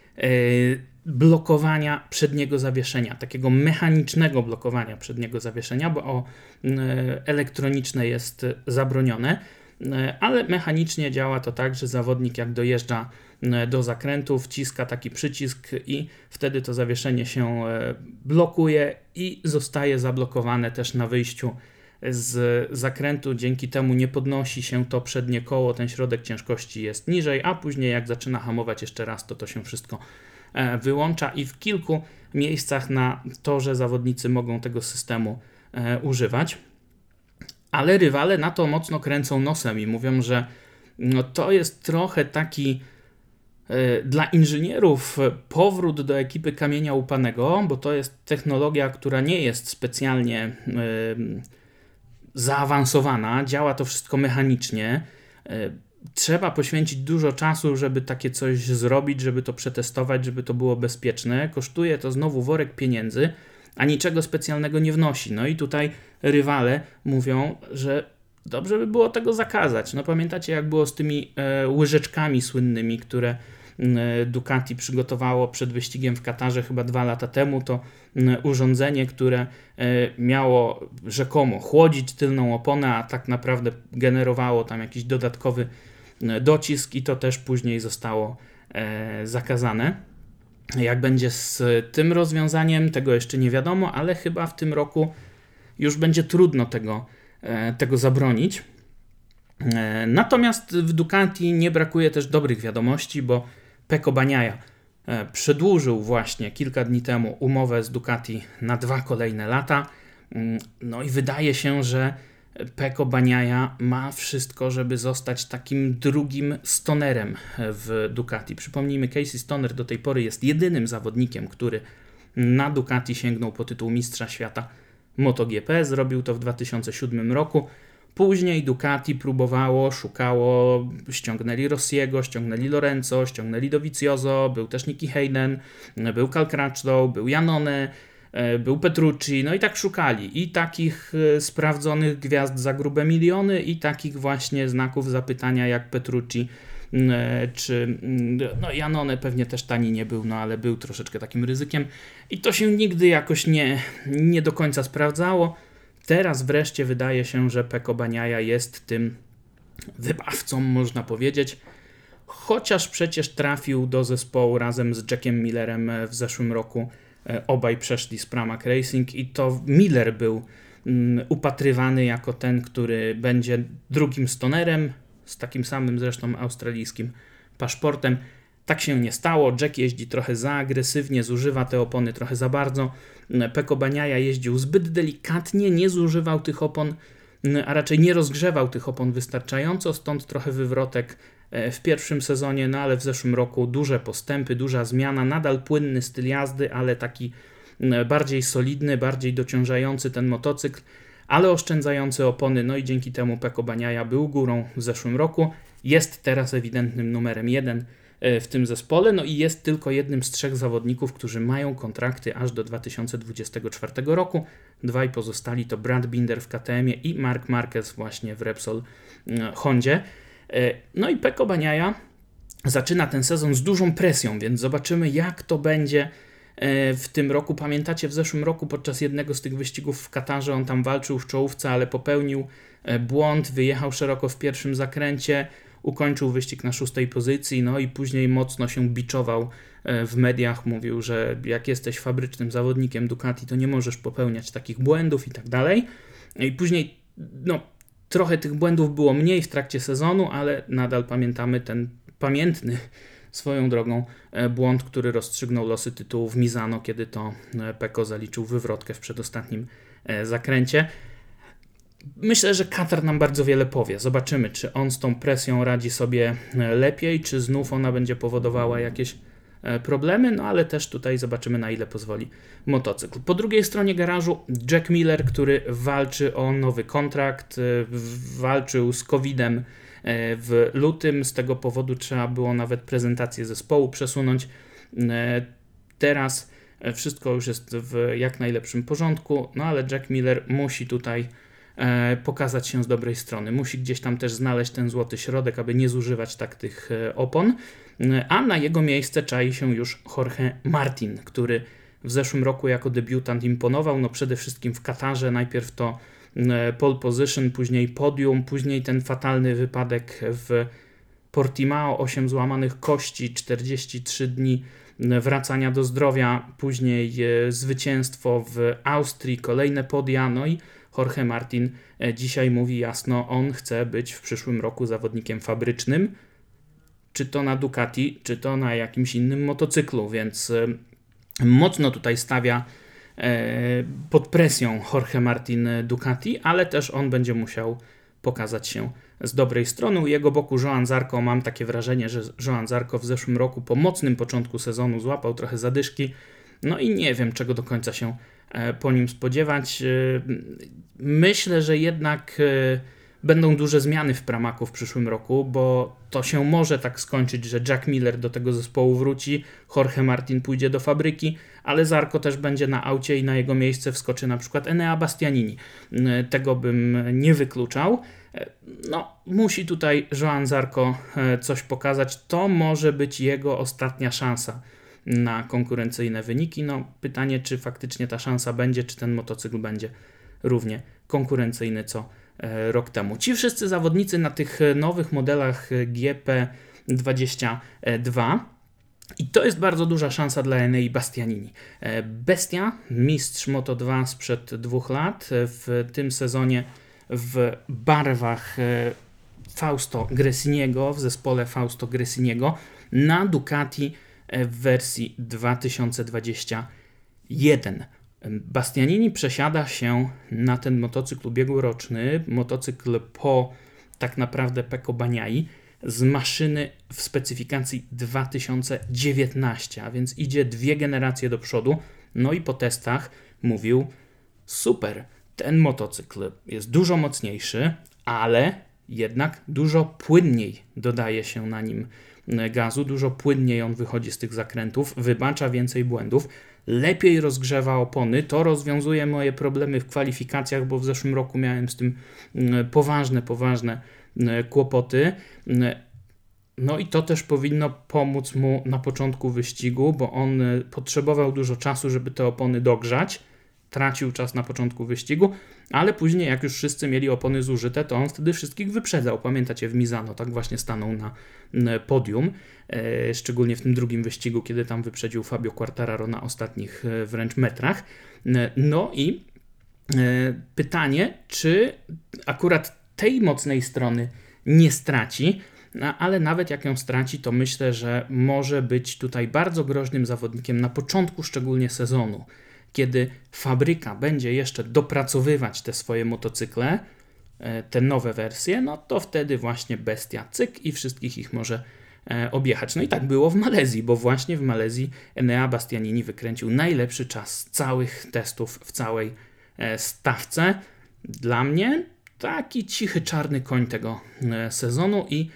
blokowania przedniego zawieszenia, takiego mechanicznego blokowania przedniego zawieszenia, bo o, elektroniczne jest zabronione, ale mechanicznie działa to tak, że zawodnik jak dojeżdża do zakrętu, wciska taki przycisk i wtedy to zawieszenie się blokuje i zostaje zablokowane też na wyjściu z zakrętu. Dzięki temu nie podnosi się to przednie koło, ten środek ciężkości jest niżej, a później jak zaczyna hamować jeszcze raz, to to się wszystko wyłącza i w kilku miejscach na torze zawodnicy mogą tego systemu e, używać, ale rywale na to mocno kręcą nosem i mówią, że no, to jest trochę taki e, dla inżynierów powrót do ekipy kamienia łupanego, bo to jest technologia, która nie jest specjalnie e, zaawansowana, działa to wszystko mechanicznie. E, Trzeba poświęcić dużo czasu, żeby takie coś zrobić, żeby to przetestować, żeby to było bezpieczne. Kosztuje to znowu worek pieniędzy, a niczego specjalnego nie wnosi. No i tutaj rywale mówią, że dobrze by było tego zakazać. No pamiętacie, jak było z tymi e, łyżeczkami słynnymi, które e, Ducati przygotowało przed wyścigiem w Katarze chyba dwa lata temu. To e, urządzenie, które e, miało rzekomo chłodzić tylną oponę, a tak naprawdę generowało tam jakiś dodatkowy docisk i to też później zostało e, zakazane. Jak będzie z tym rozwiązaniem, tego jeszcze nie wiadomo, ale chyba w tym roku już będzie trudno tego, e, tego zabronić. E, natomiast w Ducati nie brakuje też dobrych wiadomości, bo Pecco Bagnaia e, przedłużył właśnie kilka dni temu umowę z Ducati na dwa kolejne lata. No i wydaje się, że Pecco Bagnaia ma wszystko, żeby zostać takim drugim stonerem w Ducati. Przypomnijmy, Casey Stoner do tej pory jest jedynym zawodnikiem, który na Ducati sięgnął po tytuł mistrza świata MotoGP. Zrobił to w dwa tysiące siódmym roku. Później Ducati próbowało, szukało, ściągnęli Rossiego, ściągnęli Lorenzo, ściągnęli Dovizioso, był też Nicky Hayden, był Cal Crutchlow, był Iannone, był Petrucci, no i tak szukali i takich sprawdzonych gwiazd za grube miliony i takich właśnie znaków zapytania jak Petrucci czy no Iannone pewnie też tani nie był, no ale był troszeczkę takim ryzykiem i to się nigdy jakoś nie, nie do końca sprawdzało. Teraz wreszcie wydaje się, że Pecco Bagnaia jest tym wybawcą, można powiedzieć, chociaż przecież trafił do zespołu razem z Jackiem Millerem w zeszłym roku. Obaj przeszli z Pramac Racing i to Miller był um, upatrywany jako ten, który będzie drugim stonerem, z takim samym zresztą australijskim paszportem. Tak się nie stało. Jack jeździ trochę za agresywnie, zużywa te opony trochę za bardzo. Pecco Bagnaia jeździł zbyt delikatnie, nie zużywał tych opon, a raczej nie rozgrzewał tych opon wystarczająco, stąd trochę wywrotek w pierwszym sezonie, no ale w zeszłym roku duże postępy, duża zmiana, nadal płynny styl jazdy, ale taki bardziej solidny, bardziej dociążający ten motocykl, ale oszczędzający opony, no i dzięki temu Pecco Bagnaia był górą w zeszłym roku, jest teraz ewidentnym numerem jeden w tym zespole, no i jest tylko jednym z trzech zawodników, którzy mają kontrakty aż do dwa tysiące dwudziestego czwartego roku. Dwaj pozostali to Brad Binder w K T M-ie i Marc Marquez właśnie w Repsol Hondzie. No i Pecco Bagnaia zaczyna ten sezon z dużą presją, więc zobaczymy, jak to będzie w tym roku. Pamiętacie, w zeszłym roku podczas jednego z tych wyścigów w Katarze on tam walczył w czołówce, ale popełnił błąd, wyjechał szeroko w pierwszym zakręcie, ukończył wyścig na szóstej pozycji, no i później mocno się biczował w mediach, mówił, że jak jesteś fabrycznym zawodnikiem Ducati, to nie możesz popełniać takich błędów i tak dalej. I później, no, trochę tych błędów było mniej w trakcie sezonu, ale nadal pamiętamy ten pamiętny swoją drogą błąd, który rozstrzygnął losy tytułu w Misano, kiedy to Pecco zaliczył wywrotkę w przedostatnim zakręcie. Myślę, że Katar nam bardzo wiele powie. Zobaczymy, czy on z tą presją radzi sobie lepiej, czy znów ona będzie powodowała jakieś problemy, no ale też tutaj zobaczymy, na ile pozwoli motocykl. Po drugiej stronie garażu Jack Miller, który walczy o nowy kontrakt, walczył z kowidem w lutym, z tego powodu trzeba było nawet prezentację zespołu przesunąć. Teraz wszystko już jest w jak najlepszym porządku, no ale Jack Miller musi tutaj pokazać się z dobrej strony. Musi gdzieś tam też znaleźć ten złoty środek, aby nie zużywać tak tych opon, a na jego miejsce czai się już Jorge Martin, który w zeszłym roku jako debiutant imponował, no przede wszystkim w Katarze, najpierw to pole position, później podium, później ten fatalny wypadek w Portimao, osiem złamanych kości, czterdzieści trzy dni wracania do zdrowia, później zwycięstwo w Austrii, kolejne podia, no i Jorge Martin dzisiaj mówi jasno, on chce być w przyszłym roku zawodnikiem fabrycznym, czy to na Ducati, czy to na jakimś innym motocyklu, więc mocno tutaj stawia pod presją Jorge Martin Ducati, ale też on będzie musiał pokazać się z dobrej strony. U jego boku Joan Zarco, mam takie wrażenie, że Joan Zarco w zeszłym roku po mocnym początku sezonu złapał trochę zadyszki, no i nie wiem, czego do końca się po nim spodziewać. Myślę, że jednak będą duże zmiany w Pramacu w przyszłym roku, bo to się może tak skończyć, że Jack Miller do tego zespołu wróci, Jorge Martin pójdzie do fabryki, ale Zarco też będzie na aucie i na jego miejsce wskoczy na przykład Enea Bastianini. Tego bym nie wykluczał. No, musi tutaj Joan Zarco coś pokazać. To może być jego ostatnia szansa na konkurencyjne wyniki. No, pytanie, czy faktycznie ta szansa będzie, czy ten motocykl będzie równie konkurencyjny co rok temu. Ci wszyscy zawodnicy na tych nowych modelach G P dwadzieścia dwa i to jest bardzo duża szansa dla Enei Bastianini. Bestia, mistrz Moto dwa sprzed dwóch lat, w tym sezonie w barwach Fausto Gresiniego, w zespole Fausto Gresiniego na Ducati w wersji dwa tysiące dwudziesty pierwszy. Bastianini przesiada się na ten motocykl ubiegłoroczny, motocykl po tak naprawdę Pecco Bagnai z maszyny w specyfikacji dwa tysiące dziewiętnasty, a więc idzie dwie generacje do przodu. No i po testach mówił, super, ten motocykl jest dużo mocniejszy, ale jednak dużo płynniej dodaje się na nim gazu, dużo płynniej on wychodzi z tych zakrętów, wybacza więcej błędów, lepiej rozgrzewa opony, to rozwiązuje moje problemy w kwalifikacjach, bo w zeszłym roku miałem z tym poważne, poważne kłopoty. No i to też powinno pomóc mu na początku wyścigu, bo on potrzebował dużo czasu, żeby te opony dogrzać, tracił czas na początku wyścigu, ale później jak już wszyscy mieli opony zużyte, to on wtedy wszystkich wyprzedzał. Pamiętacie, w Misano tak właśnie stanął na podium, e, szczególnie w tym drugim wyścigu, kiedy tam wyprzedził Fabio Quartararo na ostatnich e, wręcz metrach. E, no i e, pytanie, czy akurat tej mocnej strony nie straci, no, ale nawet jak ją straci, to myślę, że może być tutaj bardzo groźnym zawodnikiem na początku szczególnie sezonu, kiedy fabryka będzie jeszcze dopracowywać te swoje motocykle, te nowe wersje, no to wtedy właśnie Bestia cyk i wszystkich ich może objechać. No i tak było w Malezji, bo właśnie w Malezji Enea Bastianini wykręcił najlepszy czas z całych testów w całej stawce. Dla mnie taki cichy czarny koń tego sezonu i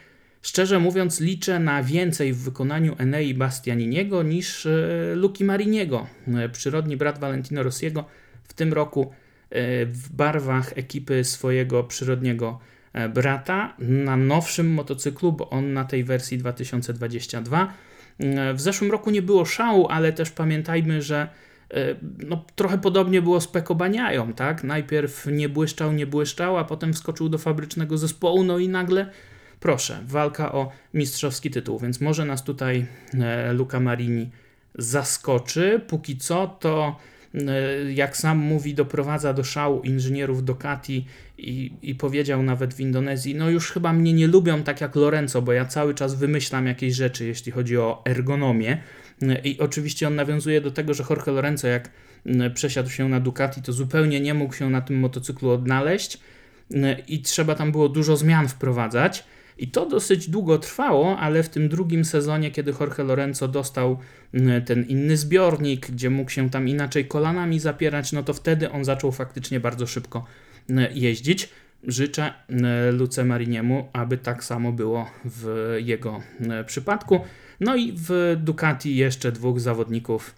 Szczerze mówiąc, liczę na więcej w wykonaniu Enei Bastianiniego niż Luki Mariniego. Przyrodni brat Valentino Rossiego w tym roku w barwach ekipy swojego przyrodniego brata na nowszym motocyklu, bo on na tej wersji dwa tysiące dwudziestej drugiej. W zeszłym roku nie było szału, ale też pamiętajmy, że no, trochę podobnie było z Pecco Bagnają, tak? Najpierw nie błyszczał, nie błyszczał, a potem wskoczył do fabrycznego zespołu, no i nagle, proszę, walka o mistrzowski tytuł, więc może nas tutaj Luca Marini zaskoczy. Póki co to, jak sam mówi, doprowadza do szału inżynierów Ducati i, i powiedział nawet w Indonezji, no już chyba mnie nie lubią tak jak Lorenzo, bo ja cały czas wymyślam jakieś rzeczy, jeśli chodzi o ergonomię. I oczywiście on nawiązuje do tego, że Jorge Lorenzo, jak przesiadł się na Ducati, to zupełnie nie mógł się na tym motocyklu odnaleźć i trzeba tam było dużo zmian wprowadzać. I to dosyć długo trwało, ale w tym drugim sezonie, kiedy Jorge Lorenzo dostał ten inny zbiornik, gdzie mógł się tam inaczej kolanami zapierać, no to wtedy on zaczął faktycznie bardzo szybko jeździć. Życzę Luce Mariniemu, aby tak samo było w jego przypadku. No i w Ducati jeszcze dwóch zawodników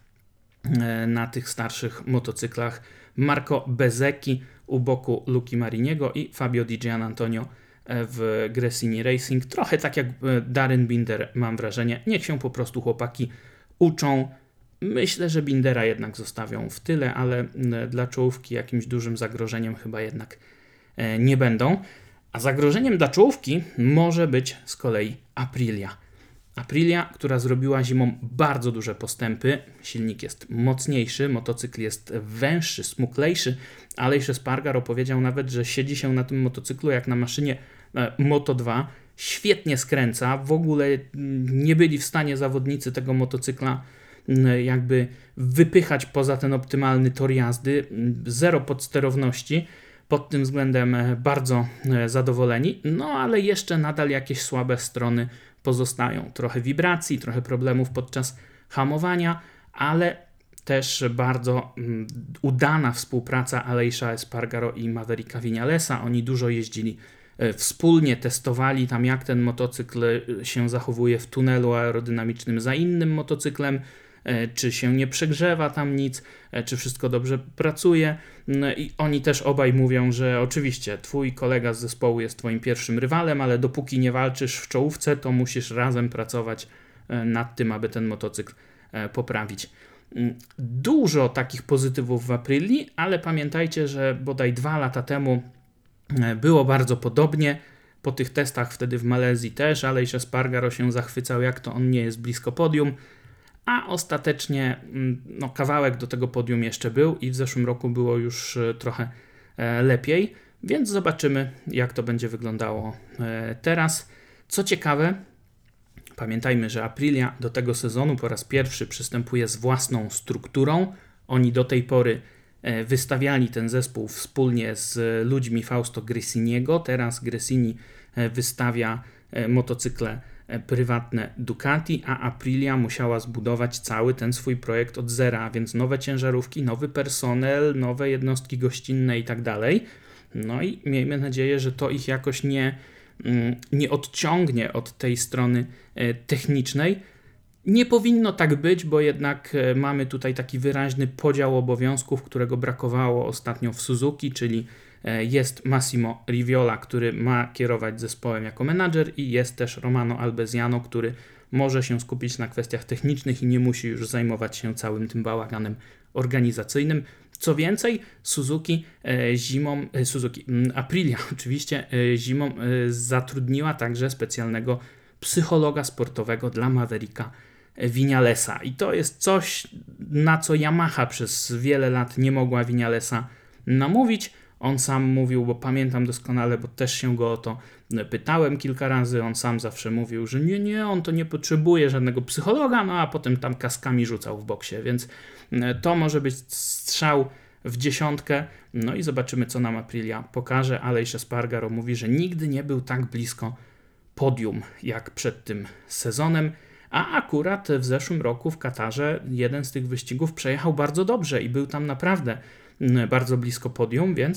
na tych starszych motocyklach. Marco Bezzecchi u boku Luki Mariniego i Fabio Di Gianantonio w Gresini Racing. Trochę tak jak Darryn Binder, mam wrażenie. Niech się po prostu chłopaki uczą. Myślę, że Bindera jednak zostawią w tyle, ale dla czołówki jakimś dużym zagrożeniem chyba jednak nie będą. A zagrożeniem dla czołówki może być z kolei Aprilia. Aprilia, która zrobiła zimą bardzo duże postępy. Silnik jest mocniejszy, motocykl jest węższy, smuklejszy. Aleix Espargaro powiedział nawet, że siedzi się na tym motocyklu jak na maszynie Moto dwa. Świetnie skręca. W ogóle nie byli w stanie zawodnicy tego motocykla jakby wypychać poza ten optymalny tor jazdy. Zero podsterowności. Pod tym względem bardzo zadowoleni. No ale jeszcze nadal jakieś słabe strony pozostają. Trochę wibracji, trochę problemów podczas hamowania, ale też bardzo mm, udana współpraca Aleisza Espargaro i Mavericka Vinalesa. Oni dużo jeździli e, wspólnie, testowali tam, jak ten motocykl się zachowuje w tunelu aerodynamicznym za innym motocyklem, e, czy się nie przegrzewa tam nic, e, czy wszystko dobrze pracuje. No i oni też obaj mówią, że oczywiście twój kolega z zespołu jest twoim pierwszym rywalem, ale dopóki nie walczysz w czołówce, to musisz razem pracować nad tym, aby ten motocykl poprawić. Dużo takich pozytywów w Aprilii, ale pamiętajcie, że bodaj dwa lata temu było bardzo podobnie. Po tych testach wtedy w Malezji też Aleix Espargaro się zachwycał, jak to on nie jest blisko podium, a ostatecznie no, kawałek do tego podium jeszcze był i w zeszłym roku było już trochę lepiej, więc zobaczymy, jak to będzie wyglądało teraz. Co ciekawe, pamiętajmy, że Aprilia do tego sezonu po raz pierwszy przystępuje z własną strukturą. Oni do tej pory wystawiali ten zespół wspólnie z ludźmi Fausto Gresiniego. Teraz Gresini wystawia motocykle prywatne Ducati, a Aprilia musiała zbudować cały ten swój projekt od zera, więc nowe ciężarówki, nowy personel, nowe jednostki gościnne i tak dalej. No i miejmy nadzieję, że to ich jakoś nie, nie odciągnie od tej strony technicznej. Nie powinno tak być, bo jednak mamy tutaj taki wyraźny podział obowiązków, którego brakowało ostatnio w Suzuki, czyli jest Massimo Riviola, który ma kierować zespołem jako menadżer i jest też Romano Albesiano, który może się skupić na kwestiach technicznych i nie musi już zajmować się całym tym bałaganem organizacyjnym. Co więcej, Suzuki zimą, Suzuki, Aprilia oczywiście zimą zatrudniła także specjalnego psychologa sportowego dla Mavericka Vinalesa. I to jest coś, na co Yamaha przez wiele lat nie mogła Vinalesa namówić. On sam mówił, bo pamiętam doskonale, bo też się go o to pytałem kilka razy, on sam zawsze mówił, że nie, nie, on to nie potrzebuje żadnego psychologa, no a potem tam kaskami rzucał w boksie, więc to może być strzał w dziesiątkę, no i zobaczymy, co nam Aprilia pokaże. Aleix Espargaro mówi, że nigdy nie był tak blisko podium jak przed tym sezonem, a akurat w zeszłym roku w Katarze jeden z tych wyścigów przejechał bardzo dobrze i był tam naprawdę bardzo blisko podium, więc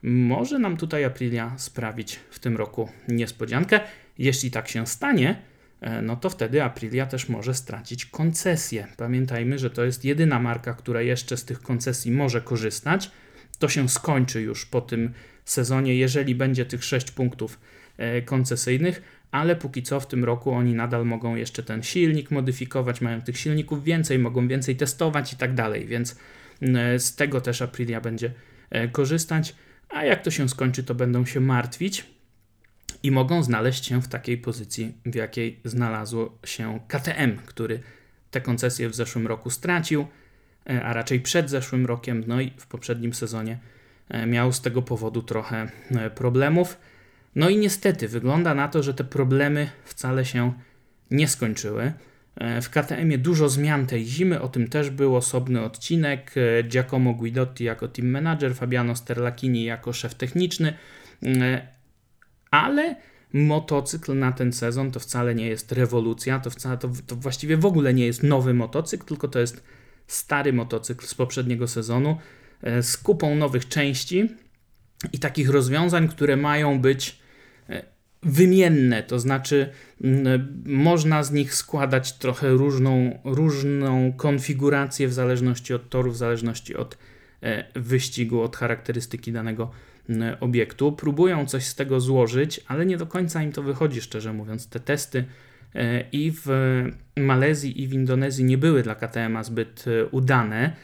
może nam tutaj Aprilia sprawić w tym roku niespodziankę. Jeśli tak się stanie, no to wtedy Aprilia też może stracić koncesję. Pamiętajmy, że to jest jedyna marka, która jeszcze z tych koncesji może korzystać. To się skończy już po tym sezonie, jeżeli będzie tych sześć punktów koncesyjnych, ale póki co w tym roku oni nadal mogą jeszcze ten silnik modyfikować, mają tych silników więcej, mogą więcej testować i tak dalej, więc z tego też Aprilia będzie korzystać, a jak to się skończy, to będą się martwić i mogą znaleźć się w takiej pozycji, w jakiej znalazło się K T M, który te koncesje w zeszłym roku stracił, a raczej przed zeszłym rokiem, no i w poprzednim sezonie miał z tego powodu trochę problemów. No i niestety wygląda na to, że te problemy wcale się nie skończyły. W K T M-ie dużo zmian tej zimy, o tym też był osobny odcinek. Giacomo Guidotti jako team manager, Fabiano Sterlachini jako szef techniczny, ale motocykl na ten sezon to wcale nie jest rewolucja, to, wcale, to, to właściwie w ogóle nie jest nowy motocykl, tylko to jest stary motocykl z poprzedniego sezonu z kupą nowych części i takich rozwiązań, które mają być wymienne, to znaczy można z nich składać trochę różną, różną konfigurację w zależności od toru, w zależności od wyścigu, od charakterystyki danego obiektu. Próbują coś z tego złożyć, ale nie do końca im to wychodzi, szczerze mówiąc. Te testy i w Malezji, i w Indonezji nie były dla K T M a zbyt udane.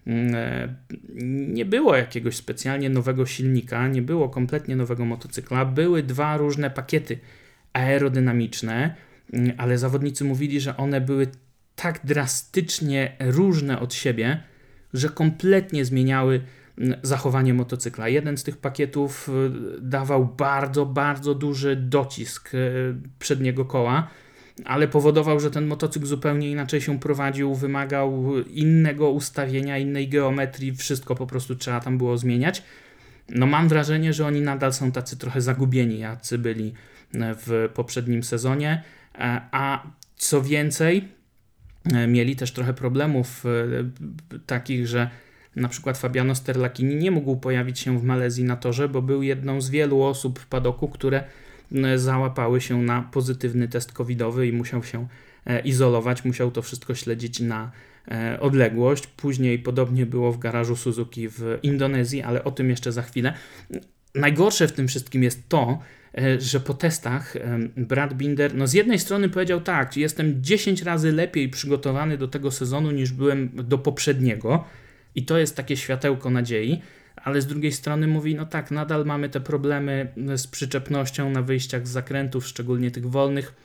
Nie było jakiegoś specjalnie nowego silnika, nie było kompletnie nowego motocykla, były dwa różne pakiety aerodynamiczne, ale zawodnicy mówili, że one były tak drastycznie różne od siebie, że kompletnie zmieniały zachowanie motocykla. Jeden z tych pakietów dawał bardzo, bardzo duży docisk przedniego koła, ale powodował, że ten motocykl zupełnie inaczej się prowadził, wymagał innego ustawienia, innej geometrii, wszystko po prostu trzeba tam było zmieniać. No mam wrażenie, że oni nadal są tacy trochę zagubieni, jacy byli w poprzednim sezonie, a co więcej, mieli też trochę problemów takich, że na przykład Fabiano Sterlachini nie mógł pojawić się w Malezji na torze, bo był jedną z wielu osób w padoku, które załapały się na pozytywny test covidowy i musiał się izolować, musiał to wszystko śledzić na odległość. Później podobnie było w garażu Suzuki w Indonezji, ale o tym jeszcze za chwilę. Najgorsze w tym wszystkim jest to, że po testach Brad Binder, no z jednej strony powiedział tak, jestem dziesięć razy lepiej przygotowany do tego sezonu niż byłem do poprzedniego i to jest takie światełko nadziei, ale z drugiej strony mówi, no tak, nadal mamy te problemy z przyczepnością na wyjściach z zakrętów, szczególnie tych wolnych.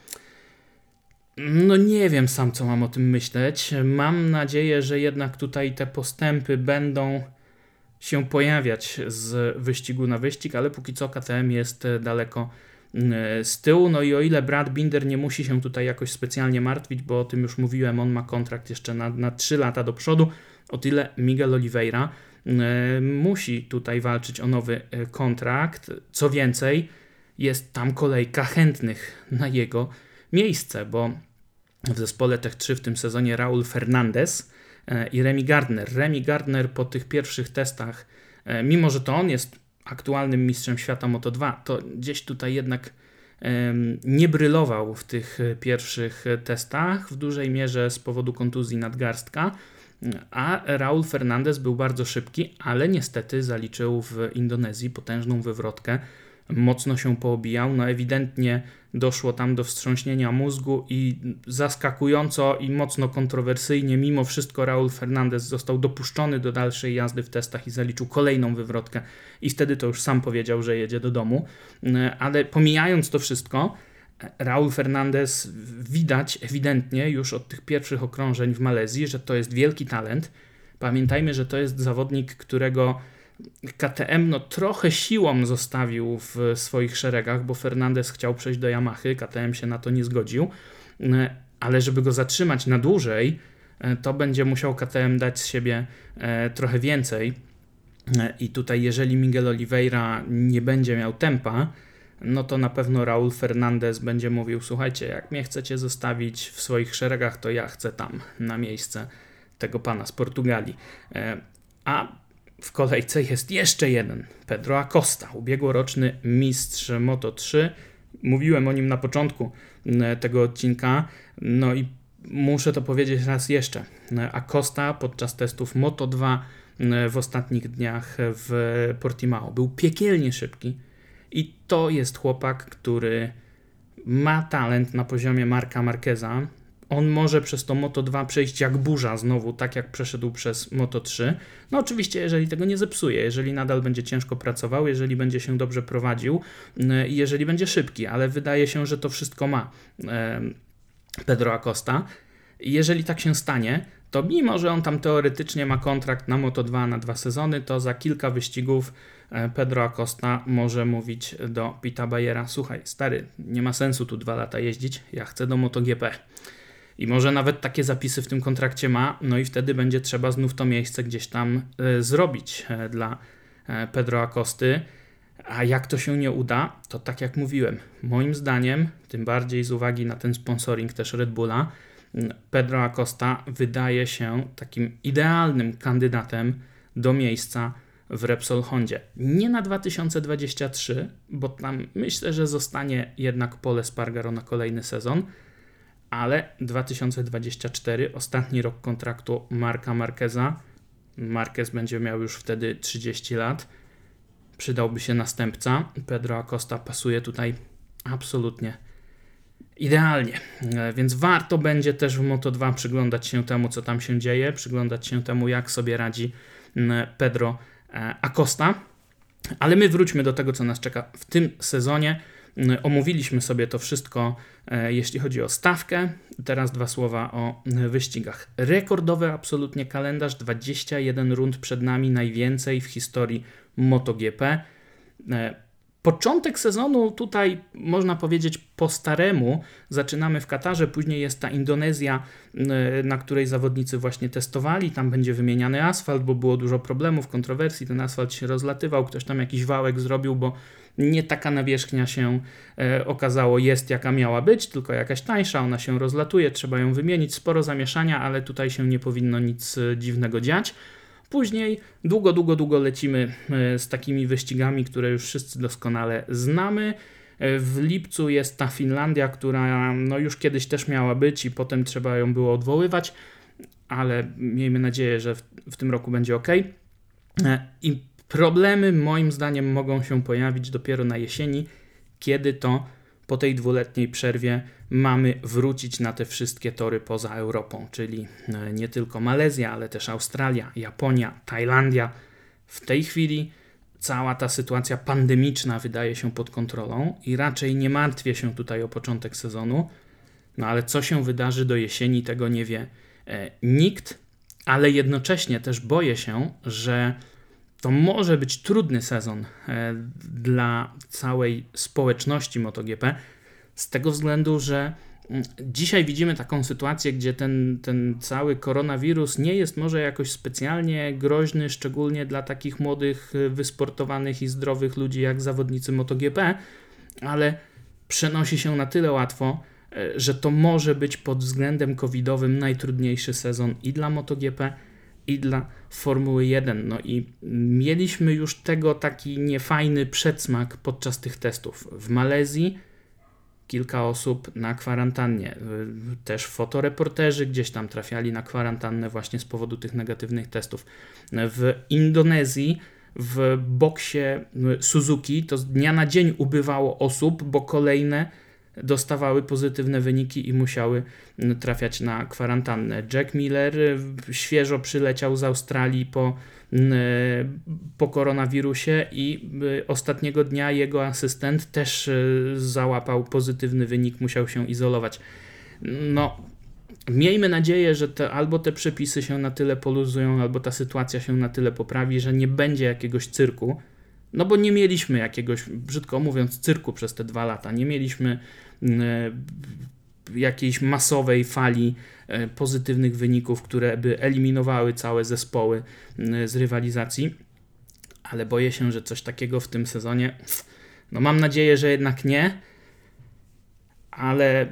No nie wiem sam, co mam o tym myśleć. Mam nadzieję, że jednak tutaj te postępy będą się pojawiać z wyścigu na wyścig, ale póki co K T M jest daleko z tyłu. No i o ile Brad Binder nie musi się tutaj jakoś specjalnie martwić, bo o tym już mówiłem, on ma kontrakt jeszcze na, na trzy lata do przodu, o tyle Miguel Oliveira musi tutaj walczyć o nowy kontrakt. Co więcej, jest tam kolejka chętnych na jego miejsce, bo w zespole Tech trzy w tym sezonie Raul Fernandez i Remy Gardner. Remy Gardner po tych pierwszych testach, mimo że to on jest aktualnym mistrzem świata Moto dwa, to gdzieś tutaj jednak nie brylował w tych pierwszych testach, w dużej mierze z powodu kontuzji nadgarstka, a Raul Fernandez był bardzo szybki, ale niestety zaliczył w Indonezji potężną wywrotkę, mocno się poobijał, no ewidentnie doszło tam do wstrząśnienia mózgu i zaskakująco i mocno kontrowersyjnie mimo wszystko Raul Fernandez został dopuszczony do dalszej jazdy w testach i zaliczył kolejną wywrotkę i wtedy to już sam powiedział, że jedzie do domu, ale pomijając to wszystko, Raul Fernandez widać ewidentnie już od tych pierwszych okrążeń w Malezji, że to jest wielki talent. Pamiętajmy, że to jest zawodnik, którego K T M no trochę siłą zostawił w swoich szeregach, bo Fernandez chciał przejść do Yamahy, K T M się na to nie zgodził, ale żeby go zatrzymać na dłużej, to będzie musiał K T M dać z siebie trochę więcej i tutaj jeżeli Miguel Oliveira nie będzie miał tempa, no to na pewno Raul Fernandez będzie mówił, słuchajcie, jak mnie chcecie zostawić w swoich szeregach, to ja chcę tam na miejsce tego pana z Portugalii. A w kolejce jest jeszcze jeden, Pedro Acosta, ubiegłoroczny mistrz Moto trzy. Mówiłem o nim na początku tego odcinka, no i muszę to powiedzieć raz jeszcze. Acosta podczas testów Moto dwa w ostatnich dniach w Portimao był piekielnie szybki i to jest chłopak, który ma talent na poziomie Marca Marqueza. On może przez to Moto dwa przejść jak burza znowu, tak jak przeszedł przez Moto trzy. No oczywiście, jeżeli tego nie zepsuje, jeżeli nadal będzie ciężko pracował, jeżeli będzie się dobrze prowadził i jeżeli będzie szybki, ale wydaje się, że to wszystko ma Pedro Acosta. Jeżeli tak się stanie, to mimo, że on tam teoretycznie ma kontrakt na Moto dwa na dwa sezony, to za kilka wyścigów Pedro Acosta może mówić do Pita Bayera: słuchaj stary, nie ma sensu tu dwa lata jeździć, ja chcę do MotoGP. I może nawet takie zapisy w tym kontrakcie ma, no i wtedy będzie trzeba znów to miejsce gdzieś tam y, zrobić y, dla y, Pedro Acosty. A jak to się nie uda, to tak jak mówiłem, moim zdaniem, tym bardziej z uwagi na ten sponsoring też Red Bulla, Pedro Acosta wydaje się takim idealnym kandydatem do miejsca w Repsol Hondzie. Nie na dwa tysiące dwudziesty trzeci, bo tam myślę, że zostanie jednak Pole Espargaro na kolejny sezon, ale dwa tysiące dwudziesty czwarty, ostatni rok kontraktu Marca Marqueza. Marquez będzie miał już wtedy trzydzieści lat. Przydałby się następca. Pedro Acosta pasuje tutaj absolutnie idealnie. Więc warto będzie też w Moto dwa przyglądać się temu, co tam się dzieje, przyglądać się temu, jak sobie radzi Pedro Acosta. Ale my wróćmy do tego, co nas czeka w tym sezonie. Omówiliśmy sobie to wszystko, jeśli chodzi o stawkę. Teraz dwa słowa o wyścigach. Rekordowy absolutnie kalendarz, dwadzieścia jeden rund przed nami, najwięcej w historii MotoGP. Początek sezonu tutaj można powiedzieć po staremu. Zaczynamy w Katarze, później jest ta Indonezja, na której zawodnicy właśnie testowali. Tam będzie wymieniany asfalt, bo było dużo problemów, kontrowersji. Ten asfalt się rozlatywał, ktoś tam jakiś wałek zrobił, bo nie taka nawierzchnia się e, okazało jest, jaka miała być, tylko jakaś tańsza, ona się rozlatuje, trzeba ją wymienić, sporo zamieszania, ale tutaj się nie powinno nic dziwnego dziać. Później długo, długo, długo lecimy z takimi wyścigami, które już wszyscy doskonale znamy. W lipcu jest ta Finlandia, która no już kiedyś też miała być i potem trzeba ją było odwoływać, ale miejmy nadzieję, że w, w tym roku będzie ok. I problemy moim zdaniem mogą się pojawić dopiero na jesieni, kiedy to po tej dwuletniej przerwie mamy wrócić na te wszystkie tory poza Europą, czyli nie tylko Malezja, ale też Australia, Japonia, Tajlandia. W tej chwili cała ta sytuacja pandemiczna wydaje się pod kontrolą i raczej nie martwię się tutaj o początek sezonu, no ale co się wydarzy do jesieni, tego nie wie e, nikt, ale jednocześnie też boję się, że to może być trudny sezon e, dla całej społeczności MotoGP, z tego względu, że m, dzisiaj widzimy taką sytuację, gdzie ten, ten cały koronawirus nie jest może jakoś specjalnie groźny, szczególnie dla takich młodych, wysportowanych i zdrowych ludzi jak zawodnicy MotoGP, ale przenosi się na tyle łatwo, e, że to może być pod względem covidowym najtrudniejszy sezon i dla MotoGP, i dla Formuły jeden. No i mieliśmy już tego taki niefajny przedsmak podczas tych testów. W Malezji kilka osób na kwarantannie. Też fotoreporterzy gdzieś tam trafiali na kwarantannę właśnie z powodu tych negatywnych testów. W Indonezji w boksie Suzuki to z dnia na dzień ubywało osób, bo kolejne dostawały pozytywne wyniki i musiały trafiać na kwarantannę. Jack Miller świeżo przyleciał z Australii po, po koronawirusie i ostatniego dnia jego asystent też załapał pozytywny wynik, musiał się izolować. No, miejmy nadzieję, że te, albo te przepisy się na tyle poluzują, albo ta sytuacja się na tyle poprawi, że nie będzie jakiegoś cyrku. No bo nie mieliśmy jakiegoś, brzydko mówiąc, cyrku przez te dwa lata. Nie mieliśmy e, jakiejś masowej fali e, pozytywnych wyników, które by eliminowały całe zespoły e, z rywalizacji. Ale boję się, że coś takiego w tym sezonie, no mam nadzieję, że jednak nie, ale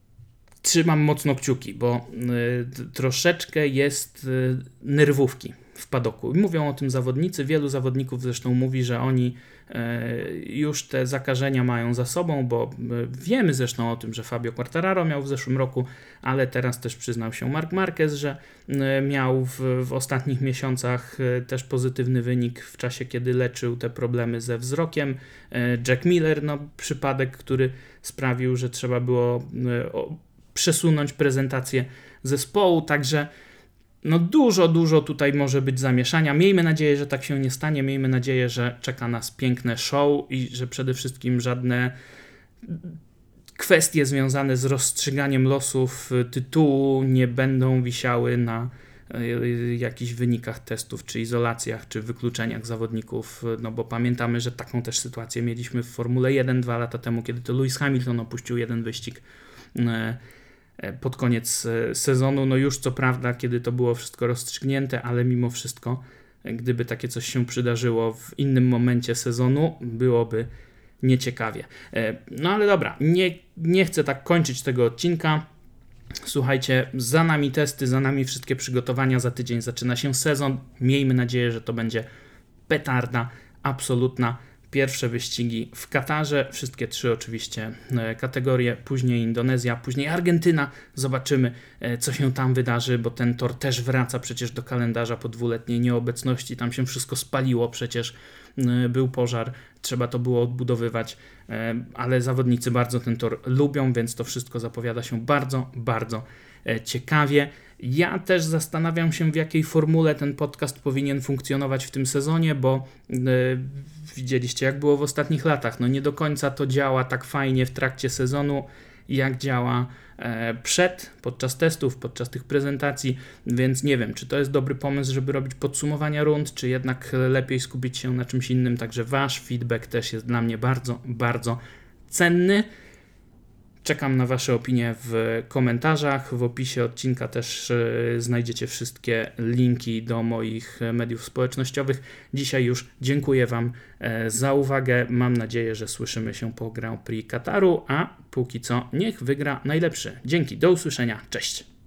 trzymam mocno kciuki, bo y, troszeczkę jest y, nerwówki w padoku. Mówią o tym zawodnicy, wielu zawodników zresztą mówi, że oni już te zakażenia mają za sobą, bo wiemy zresztą o tym, że Fabio Quartararo miał w zeszłym roku, ale teraz też przyznał się Marc Marquez, że miał w, w ostatnich miesiącach też pozytywny wynik w czasie, kiedy leczył te problemy ze wzrokiem. Jack Miller, no przypadek, który sprawił, że trzeba było przesunąć prezentację zespołu, także no dużo, dużo tutaj może być zamieszania. Miejmy nadzieję, że tak się nie stanie. Miejmy nadzieję, że czeka nas piękne show i że przede wszystkim żadne kwestie związane z rozstrzyganiem losów tytułu nie będą wisiały na jakichś wynikach testów, czy izolacjach, czy wykluczeniach zawodników, no bo pamiętamy, że taką też sytuację mieliśmy w Formule jeden dwa lata temu, kiedy to Lewis Hamilton opuścił jeden wyścig pod koniec sezonu, no już co prawda, kiedy to było wszystko rozstrzygnięte, ale mimo wszystko, gdyby takie coś się przydarzyło w innym momencie sezonu, byłoby nieciekawie. No ale dobra, nie, nie chcę tak kończyć tego odcinka. Słuchajcie, za nami testy, za nami wszystkie przygotowania, za tydzień zaczyna się sezon. Miejmy nadzieję, że to będzie petarda absolutna. Pierwsze wyścigi w Katarze, wszystkie trzy oczywiście kategorie, później Indonezja, później Argentyna. Zobaczymy, co się tam wydarzy, bo ten tor też wraca przecież do kalendarza po dwuletniej nieobecności. Tam się wszystko spaliło, przecież był pożar, trzeba to było odbudowywać, ale zawodnicy bardzo ten tor lubią, więc to wszystko zapowiada się bardzo, bardzo ciekawie. Ja też zastanawiam się, w jakiej formule ten podcast powinien funkcjonować w tym sezonie, bo yy, widzieliście, jak było w ostatnich latach. No nie do końca to działa tak fajnie w trakcie sezonu, jak działa e, przed, podczas testów, podczas tych prezentacji, więc nie wiem, czy to jest dobry pomysł, żeby robić podsumowania rund, czy jednak lepiej skupić się na czymś innym. Także wasz feedback też jest dla mnie bardzo, bardzo cenny. Czekam na wasze opinie w komentarzach. W opisie odcinka też znajdziecie wszystkie linki do moich mediów społecznościowych. Dzisiaj już dziękuję wam za uwagę. Mam nadzieję, że słyszymy się po Grand Prix Kataru, a póki co niech wygra najlepszy. Dzięki, do usłyszenia, cześć!